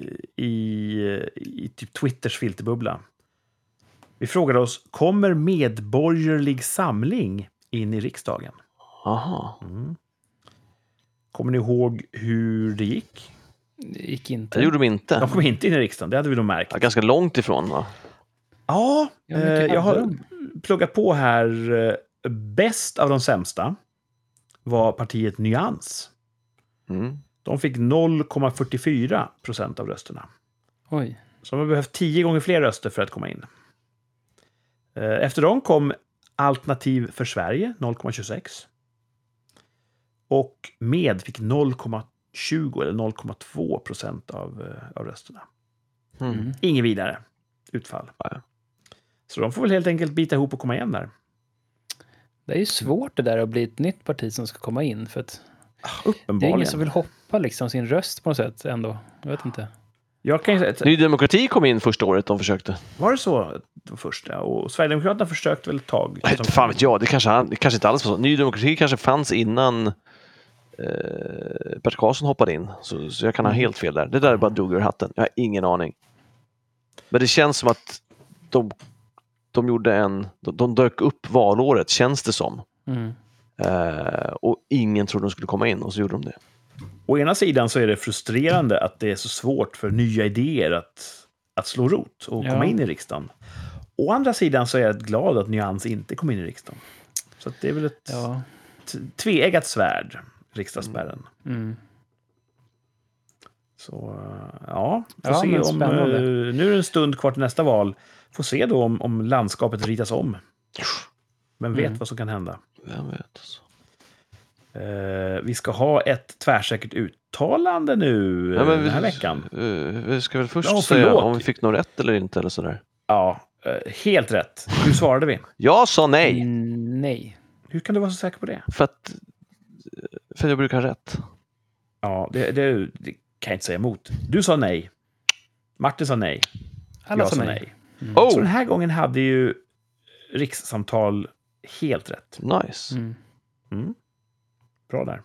i, i typ Twitters filterbubbla. Vi frågade oss, kommer Medborgerlig Samling in i riksdagen? Aha. Mm. Kommer ni ihåg hur det gick? Det gick inte. Det gjorde de inte. De kom inte in i riksdagen, det hade vi nog märkt. Ja, ganska långt ifrån va? Ja, Ja, eh, men jag har de- pluggat på här. Eh, bäst av de sämsta var partiet Nyans. Mm. De fick noll komma fyrtiofyra procent av rösterna. Oj. Så de har behövt tio gånger fler röster för att komma in. Eh, Efter dem kom Alternativ för Sverige, noll komma tjugosex. Och Med fick noll komma tjugo eller noll komma två procent av, eh, av rösterna. Mm. Mm. Inget vidare utfall. Ja. Så de får väl helt enkelt bita ihop och komma igen där. Det är ju svårt det där att bli ett nytt parti som ska komma in. För att det är Uppenbarligen. ingen som vill hoppa liksom sin röst på något sätt ändå. Jag vet inte. Jag kan ju säga att, Ny Demokrati kom in första året de försökte. var det så först? Ja, och Sverigedemokraterna försökte väl ett tag. Nej, fan vet jag, det kanske, det kanske inte alls var så. Ny Demokrati kanske fanns innan eh, Bert Karlsson hoppade in. Så, så jag kan ha helt fel där. Det där är bara drog ur hatten. Jag har ingen aning. Men det känns som att de, de gjorde en... De, de dök upp valåret, känns det som. Mm. Eh, och ingen trodde de skulle komma in och så gjorde de det. Å ena sidan så är det frustrerande att det är så svårt för nya idéer att, att slå rot och Ja. komma in i riksdagen. Å andra sidan så är jag glad att Nyans inte kom in i riksdagen. Så att det är väl ett Ja. t- tveeggat svärd, riksdagsspärren. Mm. Så äh, ja, får Ja, se men om, spännande. eh, nu är det en stund kvar till nästa val. Får se då om, om landskapet ritas om. Vem vet Mm. vad som kan hända. Vem vet alltså. Eh, vi ska ha ett tvärsäkert uttalande nu Ja, eh, men den här vi, veckan. eh, vi ska väl först Ja, säga förlåt. om vi fick något rätt eller inte eller sådär. Ja, eh, helt rätt. Hur svarade vi? Jag sa nej. Mm, nej. Hur kan du vara så säker på det? För att, för att jag brukar ha rätt. Ja, det, det, det kan jag inte säga emot. Du sa nej. Martin sa nej. Alla jag sa sa nej. nej. Oh, Så den här gången hade ju rikssamtal helt rätt. nice. Mm. Mm. Bra där.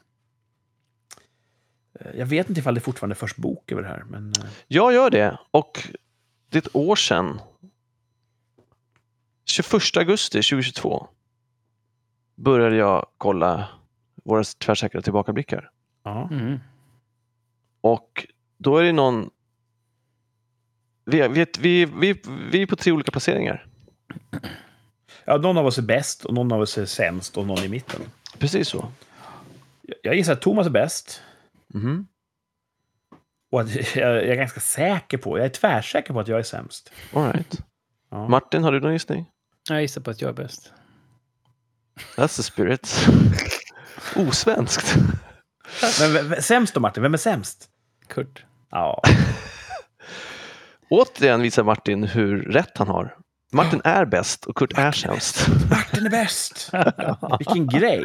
Eh, Jag vet inte ifall det fortfarande förs bok över det här, men eh, Jag gör det och det är ett år sedan. tjugoförsta augusti tjugohundratjugotvå började jag kolla våra tvärsäkra tillbakablickar. ja. Mm. Och då är det någon... Vi, vi, vi, vi, vi är på tre olika placeringar. ja, någon av oss är bäst och någon av oss är sämst och någon i mitten. Precis så. Jag- Jag gissar att Thomas är bäst. Mhm. Och att jag jag är ganska säker på, jag är tvärsäker på att jag är sämst. All right. Ja. Martin, har du någon gissning? Jag gissar på att jag är bäst. That's the spirit. Osvenskt. Men v- v- sämst då, Martin? Vem är sämst? Kurt. Ja. Återigen visar Martin hur rätt han har. Martin är bäst och Kurt är sämst. Martin är bäst! Vilken grej!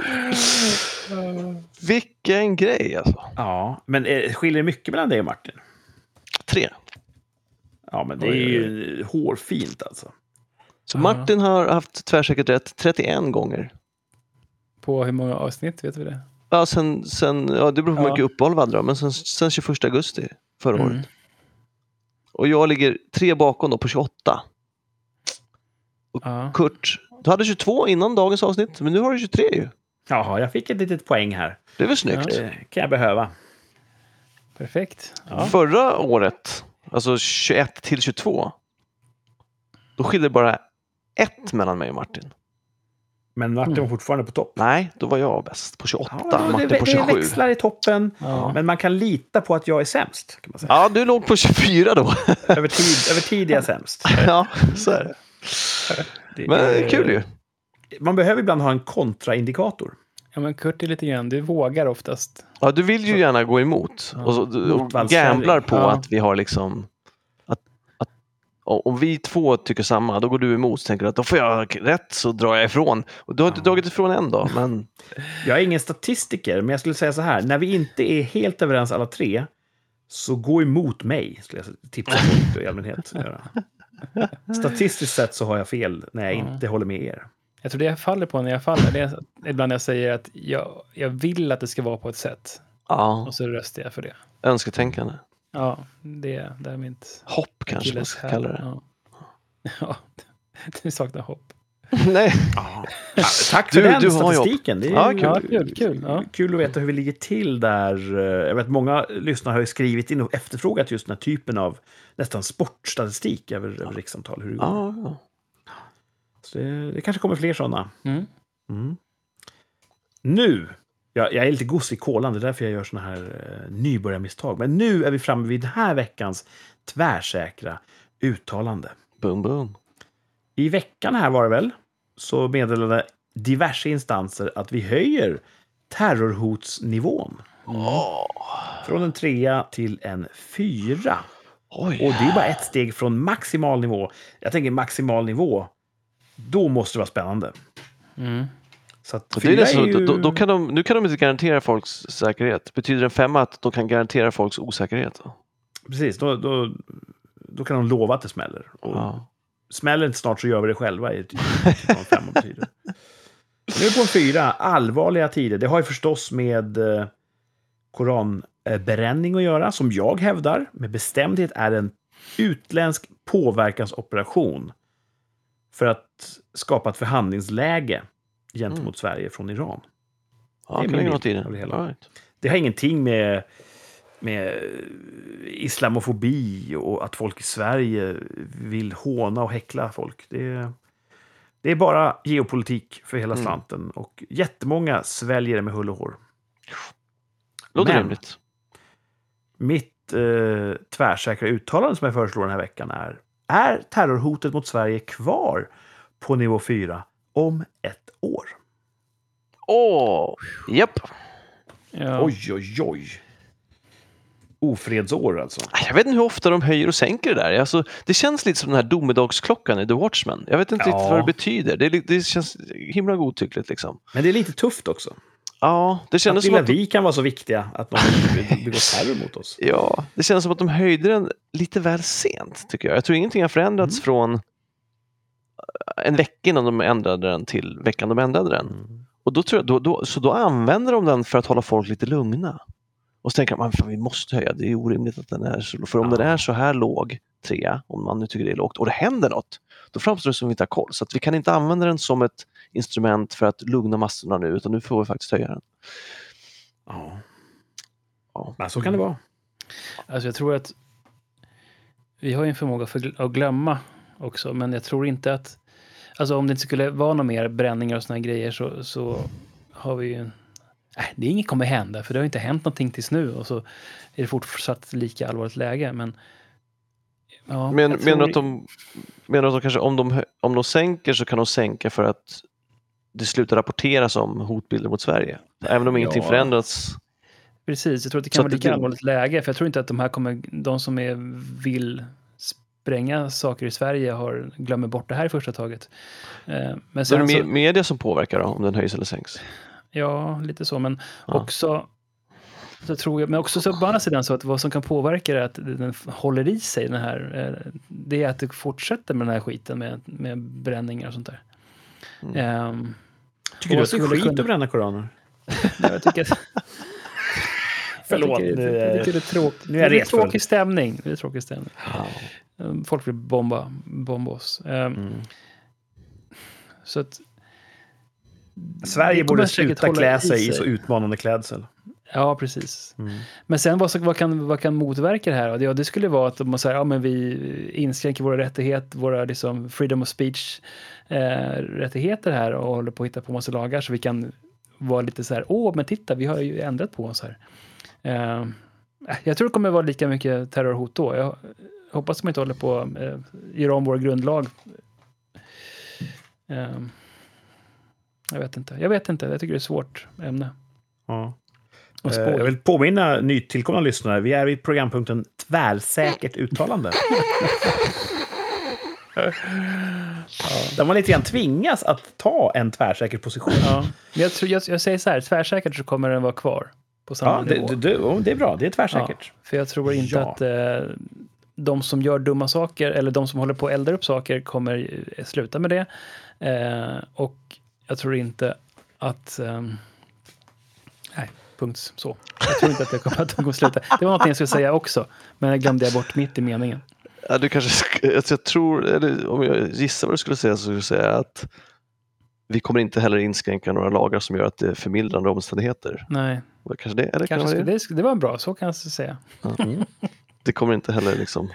Vilken grej alltså. Ja, men eh, skiljer det mycket mellan dig och Martin? Tre. Ja, men det är ju hårfint alltså. Så Ja. Martin har haft tvärsäkert rätt trettioen gånger. På hur många avsnitt vet vi det? Ja, sen, sen, ja det beror på hur Ja. mycket uppehåll vi hade då, men sen, sen tjugoförsta augusti förra Mm. året. Och jag ligger tre bakom då på tjugoåtta. Ja. Kurt, du hade tjugotvå innan dagens avsnitt, men nu har du tjugotre ju. Jaha, jag fick ett litet poäng här. Det är väl snyggt? Det kan jag behöva. Perfekt. Ja. Förra året, alltså tjugoett till tjugotvå, då skiljer det bara ett mellan mig och Martin. Men Martin Mm. var fortfarande på topp. Nej, då var jag bäst på tjugoåtta, Ja, Martin det, på det tjugosju. växlar i toppen, Ja. men man kan lita på att jag är sämst. Kan man säga. Ja, du låg på tjugofyra då. Över, tid, över tid är jag sämst. Ja, så är det. Det Men är- kul ju. Man behöver ibland ha en kontraindikator. Ja, men Kurt är lite grann, du vågar oftast. Ja, du vill ju Så- gärna gå emot. Ja, Och, så, du- och motvallskärring. gamblar på Ja. att vi har liksom... Att, att, om vi två tycker samma, då går du emot. Så tänker du att då får jag rätt, så drar jag ifrån. Och du har inte Ja. dragit ifrån än då, men... Jag är ingen statistiker, men jag skulle säga så här. När vi inte är helt överens alla tre, så gå emot mig, skulle jag tipsa folk i allmänhet. att göra. Statistiskt sett så har jag fel när jag Ja. inte håller med er. Jag tror det jag faller på när jag faller, det är ibland jag säger att jag, jag vill att det ska vara på ett sätt. Ja, Och så röstar jag för det. önsketänkande. Ja, det, det är mitt... Hopp kanske man ska kalla det. Ja, ja du saknar hopp. Nej, Ja. Ja, tack för Du- den du har ju- statistiken. Det är Ja, ju- Ja, kul, kul. Ja. Kul att veta hur vi ligger till där. Jag vet många lyssnare har ju skrivit in och efterfrågat just den här typen av nästan sportstatistik över, över rikssamtal. Hur det går. ja, ja. Så det, det kanske kommer fler sådana. Mm. Mm. Nu, jag, jag är lite goss i kolan, det är därför jag gör såna här eh, nybörjarmisstag. Men nu är vi framme vid den här veckans tvärsäkra uttalande. Boom, boom. I veckan här var det väl, så meddelade diverse instanser att vi höjer terrorhotsnivån. Från en trea till en fyra. Oj. Och det är bara ett steg från maximal nivå. Jag tänker maximal nivå, då måste det vara spännande. Mm. Så att Och det är fyra det så, är ju... då, då kan de, nu kan de inte garantera folks säkerhet. Betyder en femma att de kan garantera folks osäkerhet? Då? Precis, då, då, då kan de lova att det smäller. Och Ja. smäller inte snart så gör vi det själva. I typ, typ en femma betyder. Nu är vi på en fyra, allvarliga tider. Det har ju förstås med eh, koranbränning att göra, som jag hävdar med bestämdhet är en utländsk påverkansoperation för att skapa ett förhandlingsläge gentemot Mm. Sverige från Iran. Ja, Det är kan min ligga något i bild det. av det hela. All right. Det har ingenting med, med islamofobi och att folk i Sverige vill håna och häckla folk. Det är, det är bara geopolitik för hela Mm. slanten. Och jättemånga sväljer det med hull och hår. Låter Men- rimligt. Mitt eh, tvärsäkra uttalande som jag föreslår den här veckan är: är terrorhotet mot Sverige kvar på nivå fyra om ett år? Åh, japp. Ja. Oj, oj, oj. Ofredsår alltså. Jag vet inte hur ofta de höjer och sänker det där. Alltså, det känns lite som den här domedagsklockan i The Watchmen. Jag vet inte Ja. riktigt vad det betyder. Det, är li- det känns himla godtyckligt liksom. Men det är lite tufft också. Ja, det Att kändes som lilla att de, vi kan vara så viktiga att någon vill begå terror mot oss. ja, det kändes som att de höjde den lite väl sent, tycker jag. Jag tror ingenting har förändrats Mm. från en vecka innan de ändrade den till veckan de ändrade den. Mm. Och då tror jag, då, då, så då använder de den för att hålla folk lite lugna. Och så tänker man, fan, vi måste höja, det är orimligt att den är så, för om Ja. den är så här låg, trea, om man nu tycker det är lågt, och det händer något, då framstår det som att vi inte har koll. Så att vi kan inte använda den som ett instrument för att lugna massorna nu, utan nu får vi faktiskt höja den. Ja. Ja. Men så kan det vara. Alltså jag tror att vi har ju en förmåga för att glömma också, men jag tror inte att, alltså om det inte skulle vara någon mer bränningar och såna här grejer så, så har vi ju en, nej, det är inget kommer hända, för det har inte hänt någonting tills nu och så är det fortsatt lika allvarligt läge, men ja, Men, jag menar tror- att de, menar att de kanske, om de, hö- om de sänker så kan de sänka för att det slutar rapporteras om hotbilder mot Sverige. Även om ingenting Ja. förändrats. Precis, jag tror att det Så kan att vara lika det- allvarligt läge, för jag tror inte att de här kommer, de som är, vill spränga saker i Sverige har, glömmer bort det här i första taget. Eh, Men Så är det sen me- så, media som påverkar då, om den höjs eller sänks? ja, lite så, men Ja. också så tror jag, men också så på andra sidan så att vad som kan påverka det är att den håller i sig den här, eh, det är att det fortsätter med den här skiten med, med bränningar och sånt där. Mm. Ehm, Tycker Och du att det är skulle skit kunna- att bränna koraner? jag tycker att Förlåt, jag tycker, nu jag är- tycker det är tråkigt. nu är jag det är retfull. tråkig stämning. Det är tråkig stämning. Ja. Um, Folk vill bomba, bomba oss. Um, Mm. Så att Sverige det kommer borde säkert sluta hålla klä i sig i så utmanande klädsel. ja, precis. Mm. Men sen vad, vad, kan, vad kan motverka det här? Ja, det skulle vara att man säger ja, men vi inskränker våra rättigheter, våra liksom freedom of speech eh, rättigheter här och håller på att hitta på massa lagar så vi kan vara lite så här, åh, men titta, vi har ju ändrat på oss här. Eh, jag tror det kommer vara lika mycket terrorhot då. Jag hoppas att man inte håller på att eh, göra om vår grundlag. Eh, Jag vet inte. Jag vet inte. Jag tycker det är ett svårt ämne. Ja. Och Eh, jag vill påminna nytillkomna lyssnare. Vi är vid programpunkten tvärsäkert uttalande. ja. Där man lite grann tvingas att ta en tvärsäker position. Ja. Jag, tror, jag, jag säger så här, tvärsäkert så kommer den vara kvar på samma Ja, nivå. det, det, det, det är bra. Det är tvärsäkert. Ja, för jag tror inte Ja. att eh, de som gör dumma saker eller de som håller på att elda upp saker kommer eh, sluta med det. Eh, och jag tror inte att... Eh, nej, punkt så. Jag tror inte att det kommer att de kommer sluta. Det var något jag skulle säga också, men jag glömde jag bort mitt i meningen. Ja, du kanske, sk- alltså jag tror, eller om jag gissar vad du skulle säga så skulle jag säga att vi kommer inte heller inskränka några lagar som gör att det är förmildrande omständigheter. Nej, Vad Kanske det? Eller kan kanske det, skulle, det, det var bra, så kan jag säga. Mm. det kommer inte heller liksom...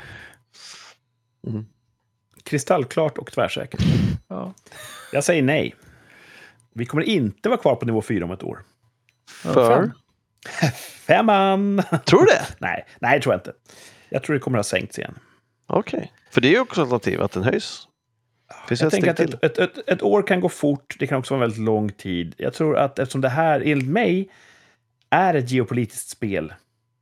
Mm. Kristallklart och tvärsäkert. Ja. Jag säger nej. Vi kommer inte vara kvar på nivå fyra om ett år. För? Femman! Tror du det? nej, nej, det tror jag inte. Jag tror det kommer att ha sänkts igen. Okej. Okay. För det är ju också ett alternativ att den höjs. Finns Jag ett tänker steg att till? ett, ett, ett, ett år kan gå fort. Det kan också vara en väldigt lång tid. Jag tror att eftersom det här, enligt mig, är ett geopolitiskt spel,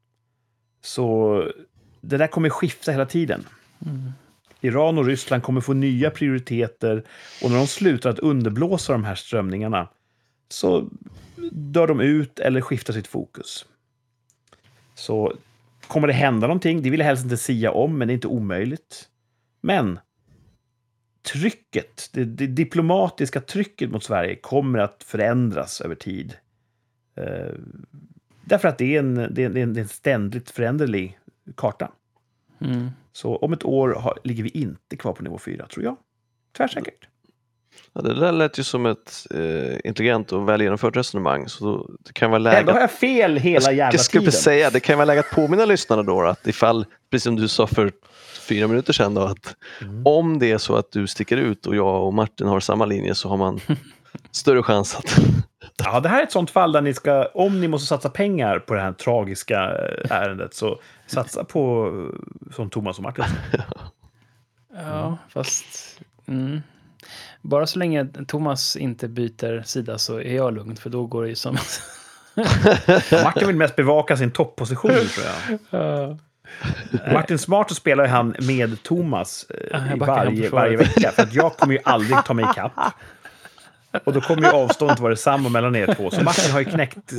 så det där kommer skifta hela tiden. Mm. Iran och Ryssland kommer få nya prioriteter, och när de slutar att underblåsa de här strömningarna så dör de ut eller skiftar sitt fokus. Så kommer det hända någonting? Det vill jag helst inte sia om, men det är inte omöjligt. Men trycket, det, det diplomatiska trycket mot Sverige kommer att förändras över tid. Eh, därför att det är en, det är en, det är en ständigt föränderlig karta. Mm. Så om ett år har, ligger vi inte kvar på nivå fyra, tror jag. Tvärsäkert. Ja, det där lät ju som ett eh, intelligent och väl genomfört resonemang. Så då, det kan vara läge Ändå har jag fel hela jag, jävla jag skulle tiden. säga, det kan vara läge att påminna lyssnarna då att ifall, precis som du sa för fyra minuter sedan då, att Mm. om det är så att du sticker ut och jag och Martin har samma linje så har man större chans att... Ja, det här är ett sånt fall där ni ska, om ni måste satsa pengar på det här tragiska ärendet, så satsa på eh, som Thomas och Martin. Ja, fast... Mm. Bara så länge Thomas inte byter sida så är jag lugn, för då går det ju som... Martin vill mest bevaka sin toppposition, tror jag. Ja. Martin Smart spelar ju han med Thomas eh, Ja, jag i backar hem varje, försvaret. varje vecka. För att jag kommer ju aldrig ta mig ikapp. Och då kommer ju avståndet vara detsamma mellan er två. Så Martin har ju knäckt, eh,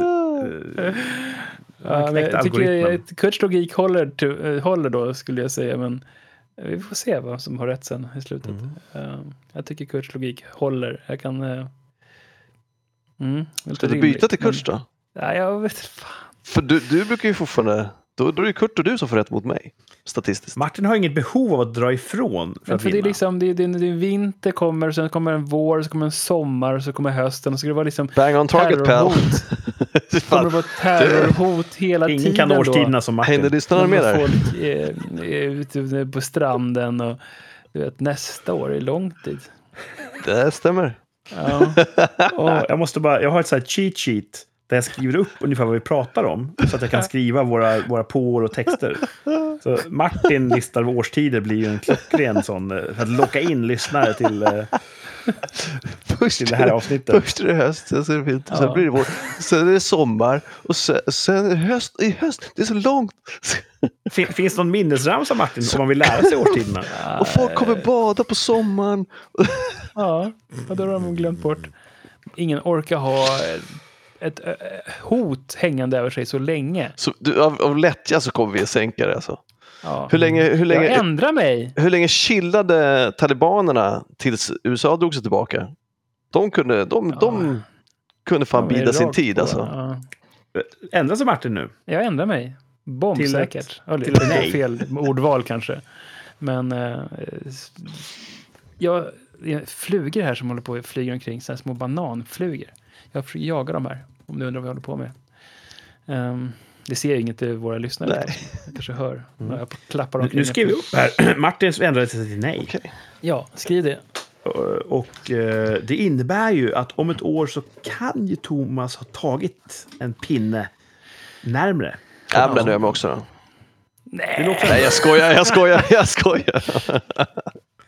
Ja, men knäckt jag tycker algoritmen. att Kurts logik håller, to, äh, håller då, skulle jag säga, men vi får se vad som har rätt sen i slutet. Mm. Uh, jag tycker Kurts logik håller. Jag kan... Uh, mm, Ska du byta till Kurt då? Nej, jag vet fan. För du, du brukar ju fortfarande... Då, då är det Kurt och du som får rätt mot mig, statistiskt. Martin har inget behov av att dra ifrån för Men att för det är vinna. liksom, det, det, det är vinter kommer, sen kommer en vår, så kommer en sommar, så kommer hösten, och så ska det vara liksom Bang on target, pal. terrorhot. Det kommer att vara terrorhot hela Ingen tiden kan då. årstiderna som Martin. Hängde lyssnarna med där? Folk är, är ute på stranden och du vet, nästa år är lång tid. Det stämmer. Ja. Åh, jag måste bara, jag har ett så här cheat sheet där jag skriver upp ungefär vad vi pratar om, så att jag kan skriva våra, våra påår och texter. Så Martin listar årstider blir ju en klockren sån, eh, för att locka in lyssnare till, eh, Först, till det här avsnittet. först är det höst, sen så är det fint, Ja. sen blir det vår, sen är det sommar och sen, sen är det höst, i höst, det är så långt. Fin, finns det någon minnesramsa, Martin, om man vill lära sig årstiderna? Och folk kommer bada på sommaren. Ja, och då har de glömt bort. Ingen orkar ha ett, ett hot hängande över sig så länge. Så, du, av, av lättja så kommer vi att sänka det alltså. Ja. Hur länge, hur länge, Jag ändrar mig. hur länge chillade talibanerna tills U S A drog sig tillbaka? De kunde, de, Ja. de kunde fan De är bida sin rakt tid på, alltså. ja. Ändra sig Martin nu. Jag ändrar mig. Bombsäkert. Ja, till det är nej. fel ordval kanske. Men eh, jag, jag flugor här som håller på och flyger omkring, så här små bananflugor. Jag försöker jaga dem här, om du undrar vad jag håller på med. Um, det ser inget till våra lyssnare. Nej. Jag kanske hör. Mm. Jag klappar Nu, omkring. nu skriver vi upp här. Martin ändrade sig till nej. Okej. Ja, skriv det. Och eh, det innebär ju att om ett år så kan ju Thomas ha tagit en pinne närmre. Ja, men det gör jag mig också då. Nej. Vill du också- Nej, jag skojar, jag skojar, jag skojar.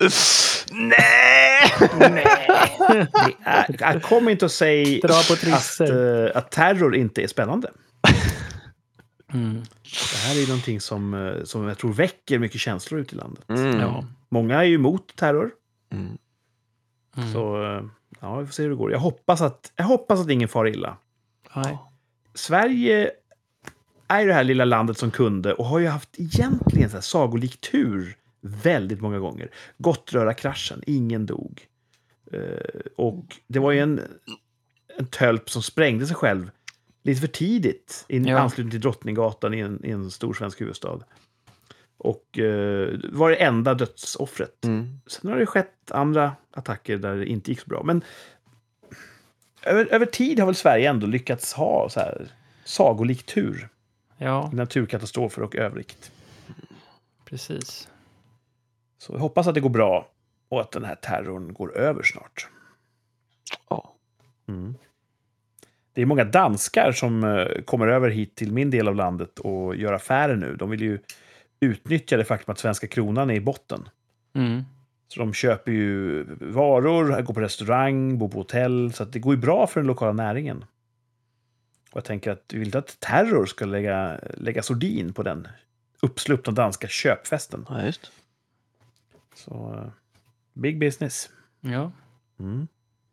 Nej! Det är, jag kommer inte att säga Dra på att, trisser. eh, att terror inte är spännande. Mm. Det här är någonting som, eh, som jag tror väcker mycket känslor ut i landet. Mm. Ja. Många är ju emot terror. Mm. Mm. Så eh, ja, vi får se hur det går. Jag hoppas att, jag hoppas att ingen far illa. Nej. Sverige är ju det här lilla landet som kunde och har ju haft egentligen så här sagolik tur väldigt många gånger. Gottröra-kraschen, ingen dog. Eh, och det var ju en, en tölp som sprängde sig själv lite för tidigt i Ja. anslutning till Drottninggatan i en, i en stor svensk huvudstad. Och eh, var det enda dödsoffret. Mm. Sen har det skett andra attacker där det inte gick så bra. Men över, över tid har väl Sverige ändå lyckats ha så här sagolik tur. Ja, Naturkatastrofer och övrigt. precis. Så jag hoppas att det går bra och att den här terrorn går över snart. Ja. Mm. Det är många danskar som eh, kommer över hit till min del av landet och gör affärer nu. De vill ju utnyttja det faktum att svenska kronan är i botten. Mm. Så de köper ju varor, går på restaurang, bor på hotell. Så att det går ju bra för den lokala näringen. Och jag tänker att vi vill inte att terror ska lägga, lägga sordin på den uppsluppna danska köpfesten. Ja, just. Så uh, big business. Ja. Mm.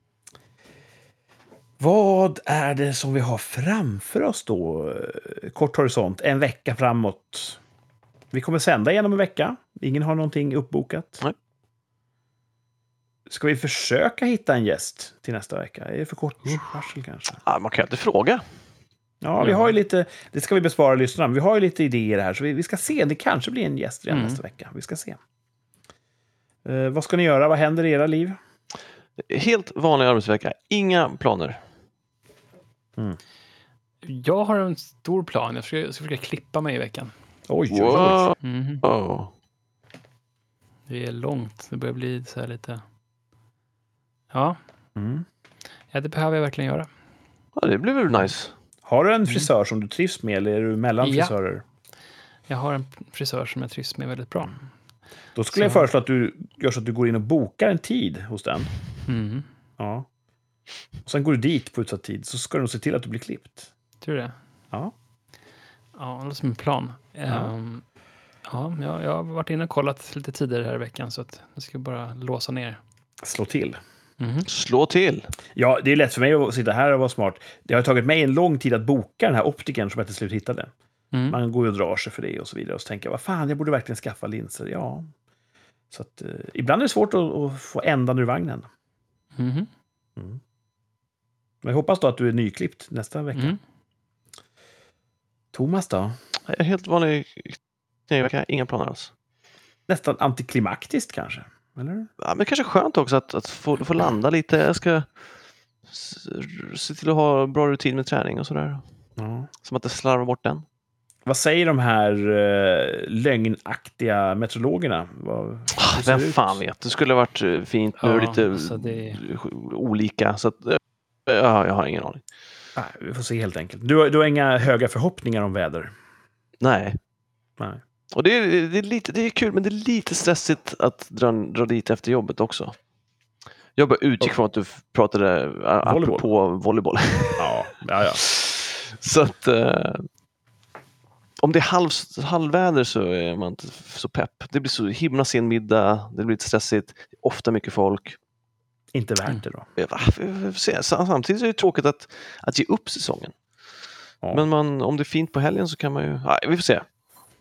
Vad är det som vi har framför oss då? Kort horisont, en vecka framåt. Vi kommer sända igenom en vecka. Ingen har någonting uppbokat. Nej. Ska vi försöka hitta en gäst till nästa vecka? Är det för kort varsel kanske? Ja, man kan ju alltid fråga. Ja, vi har ju lite, det ska vi bespara lyssnarna. Vi har ju lite idéer här, så vi, vi ska se. Det kanske blir en gäst redan Mm. nästa vecka. Vi ska se. Eh, vad ska ni göra? Vad händer i era liv? Helt vanlig arbetsvecka. Inga planer. Jag har en stor plan. Jag ska, jag ska försöka klippa mig i veckan. Oj, oj, oj. Wow. Mhm. Oh. Det är långt. Det börjar bli så här lite... Ja, Mm. ja det behöver jag verkligen göra. Ja, det blir väl nice. Har du en frisör som du trivs med, eller är du mellan Ja. frisörer? Jag har en frisör som jag trivs med väldigt bra. Då skulle jag Så. föreslå att du gör så att du går in och bokar en tid hos den. Mm. Ja. Och sen går du dit på utsatt tid, så ska du nog se till att du blir klippt. Tror du det? Ja. Ja, det låter som en plan. Ehm, ja, jag, jag har varit inne och kollat lite tidigare här i veckan så att jag ska bara låsa ner. Slå till. Mhm. Slå till. Ja, det är lätt för mig att sitta här och vara smart. Det har tagit mig en lång tid att boka den här optikern som jag till slut hittade. Mm. Man går ju och drar sig för det och så vidare. Och så tänker jag, vad fan, jag borde verkligen skaffa linser. Ja. Så att, eh, ibland är det svårt att, att få ändan ur vagnen. Mhm. Men jag hoppas då att du är nyklippt nästa vecka. Mm. Thomas då? Jag är helt vanlig knävecka. Inga planer alls. Nästan antiklimaktiskt kanske? Eller? Ja, men kanske skönt också att, att få, få landa lite. Jag ska s- se till att ha bra rutin med träning och sådär. Ja. Som att det slarvar bort den. Vad säger de här eh, lögnaktiga meteorologerna? Vad, hur ser Vem det ut? fan vet, det skulle ha varit eh, fint. Nu är det Ja, lite alltså det- olika. Så att, eh, ja, jag har ingen aning. Nej, vi får se helt enkelt. Du, har- du har inga höga förhoppningar om väder? Nej. Nej. Och det är, det, är lite, det är kul, men det är lite stressigt att dra, dra dit efter jobbet också. Jag bara utgick från att du pratade äh, Volleyboll. apropå volleyboll. Ja, ja, ja. Så att eh, om det är halv, halvväder så är man inte så pepp. Det blir så himla sen middag, det blir lite stressigt, ofta mycket folk. Inte värt det då. Eh, va? Vi får se. Samtidigt är det tråkigt att, att ge upp säsongen. Ja. Men man, om det är fint på helgen så kan man ju... Nej, vi får se.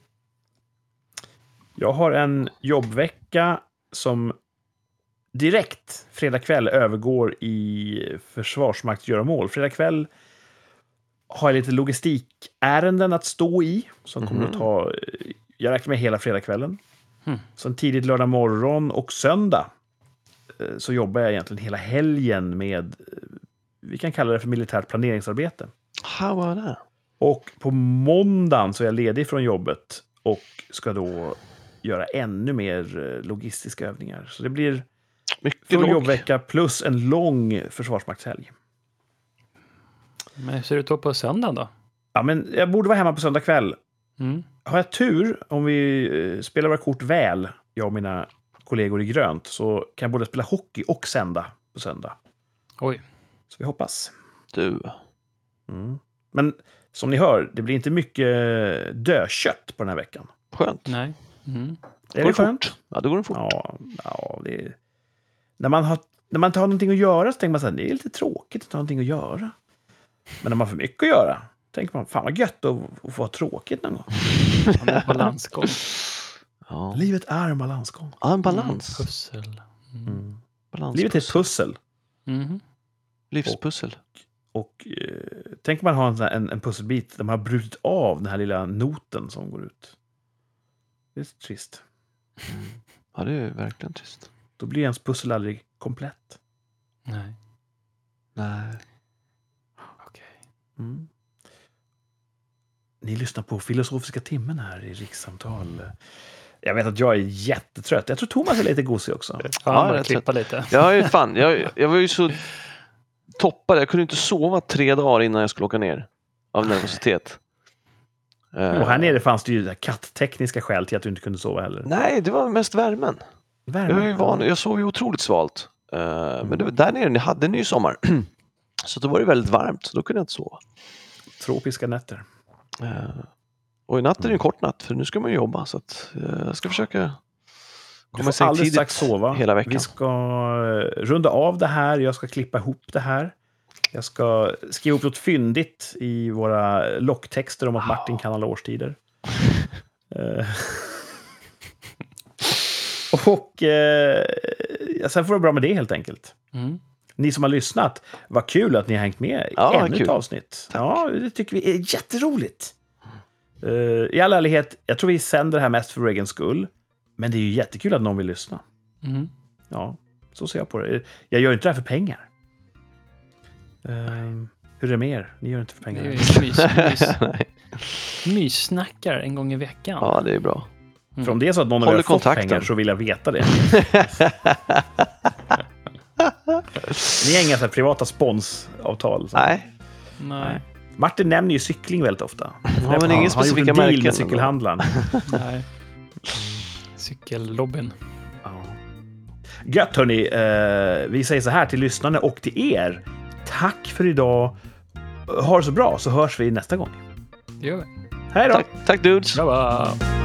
Jag har en jobbvecka som direkt fredag kväll övergår i försvarsmaktsgöromål. Fredag kväll har jag lite logistikärenden att stå i. Som kommer att ta... Jag räknar med hela fredagskvällen. Mm. Sen tidigt lördag morgon och söndag eh, så jobbar jag egentligen hela helgen med... eh, Vi kan kalla det för militärt planeringsarbete. How var det? Och på måndagen så är jag ledig från jobbet och ska då göra ännu mer eh, logistiska övningar. Så det blir Mycket full låg. jobbvecka plus en lång försvarsmaktshelg. Men hur ser det ut då på söndagen då? Ja, men jag borde vara hemma på söndag kväll. Mm. Har jag tur, om vi eh, spelar våra kort väl, jag och mina kollegor i grönt så kan jag både spela hockey och sända på söndag. Oj. Så vi hoppas. Du. Mm. Men som ni hör, det blir inte mycket dödkött på den här veckan. Skönt. Nej. Mm. Är Går det skönt? fort? Ja, det går det fort. Ja, ja det är... När man, har, när man inte har någonting att göra så tänker man så här, det är lite tråkigt att ha någonting att göra. Men när man har för mycket att göra, tänker man, fan vad gött att, att få ha tråkigt någon gång. Ja, en balansgång. Ja. Livet är en balansgång. Ja, en balans. Mm, pussel. Mm. Mm. balans. Livet är ett pussel. Mm. Livspussel. Och eh, tänk man har en, sån här- en, en pusselbit där man har brutit av den här lilla noten som går ut. Det är så trist. Ja, det är verkligen trist. Då blir ens pussel aldrig komplett. Nej. Nej. Okej. Mm. Ni lyssnar på Filosofiska timmen här i Rikssamtal. Jag vet att jag är jättetrött. Jag tror Thomas är lite gosig också. Ja, Ja, bara rätt klippa lite. Jag är fan, jag, jag var ju så toppad. Jag kunde inte sova tre dagar innan jag skulle åka ner. Av nervositet. Och här nere fanns det ju det här katttekniska skäl till att du inte kunde sova heller. Nej, det var mest värmen. Värme. Jag är ju van, jag sov ju otroligt svalt. Uh, men det var där nere, ni hade en ny sommar. Så då var det väldigt varmt, så då kunde jag inte sova. Tropiska nätter. Uh, och i natt är det en kort natt, för nu ska man jobba. Så att, uh, jag ska försöka Du komma i får säng alldeles tidigt strax sova. hela veckan. Vi ska eh, runda av det här. Jag ska klippa ihop det här. Jag ska skriva upp något fyndigt i våra locktexter om att Martin kan alla årstider. Eh, och eh, sen får det bra med det helt enkelt. Mm. Ni som har lyssnat, vad kul att ni har hängt med i Ja, ännu kul. ett avsnitt. Ja, det tycker vi är jätteroligt. Uh, I all ärlighet, jag tror vi sänder det här mest för egen skull. Men det är ju jättekul att någon vill lyssna. Mm. Ja, så ser jag på det. Jag gör inte det här för pengar. Uh, hur är det med er? Ni gör inte för Det pengar. är ju mys, mys, Nej. myssnackar en gång i veckan. Ja, det är bra. Mm. För om det är så att någon av er Håller har fått kontakten. pengar så vill jag veta det. Ni har inga så här privata sponsavtal. Så. Nej, Nej. Martin nämner ju cykling väldigt ofta. ja, men ingen specifika Han har gjort en deal märken. med cykelhandlaren. Nej. Cykellobbyn. Ja. Gött hörni, eh, vi säger så här till lyssnarna och till er. Tack för idag. Ha det så bra så hörs vi nästa gång. Det gör vi. Hej då! Tack, tack dudes. Bra, bra.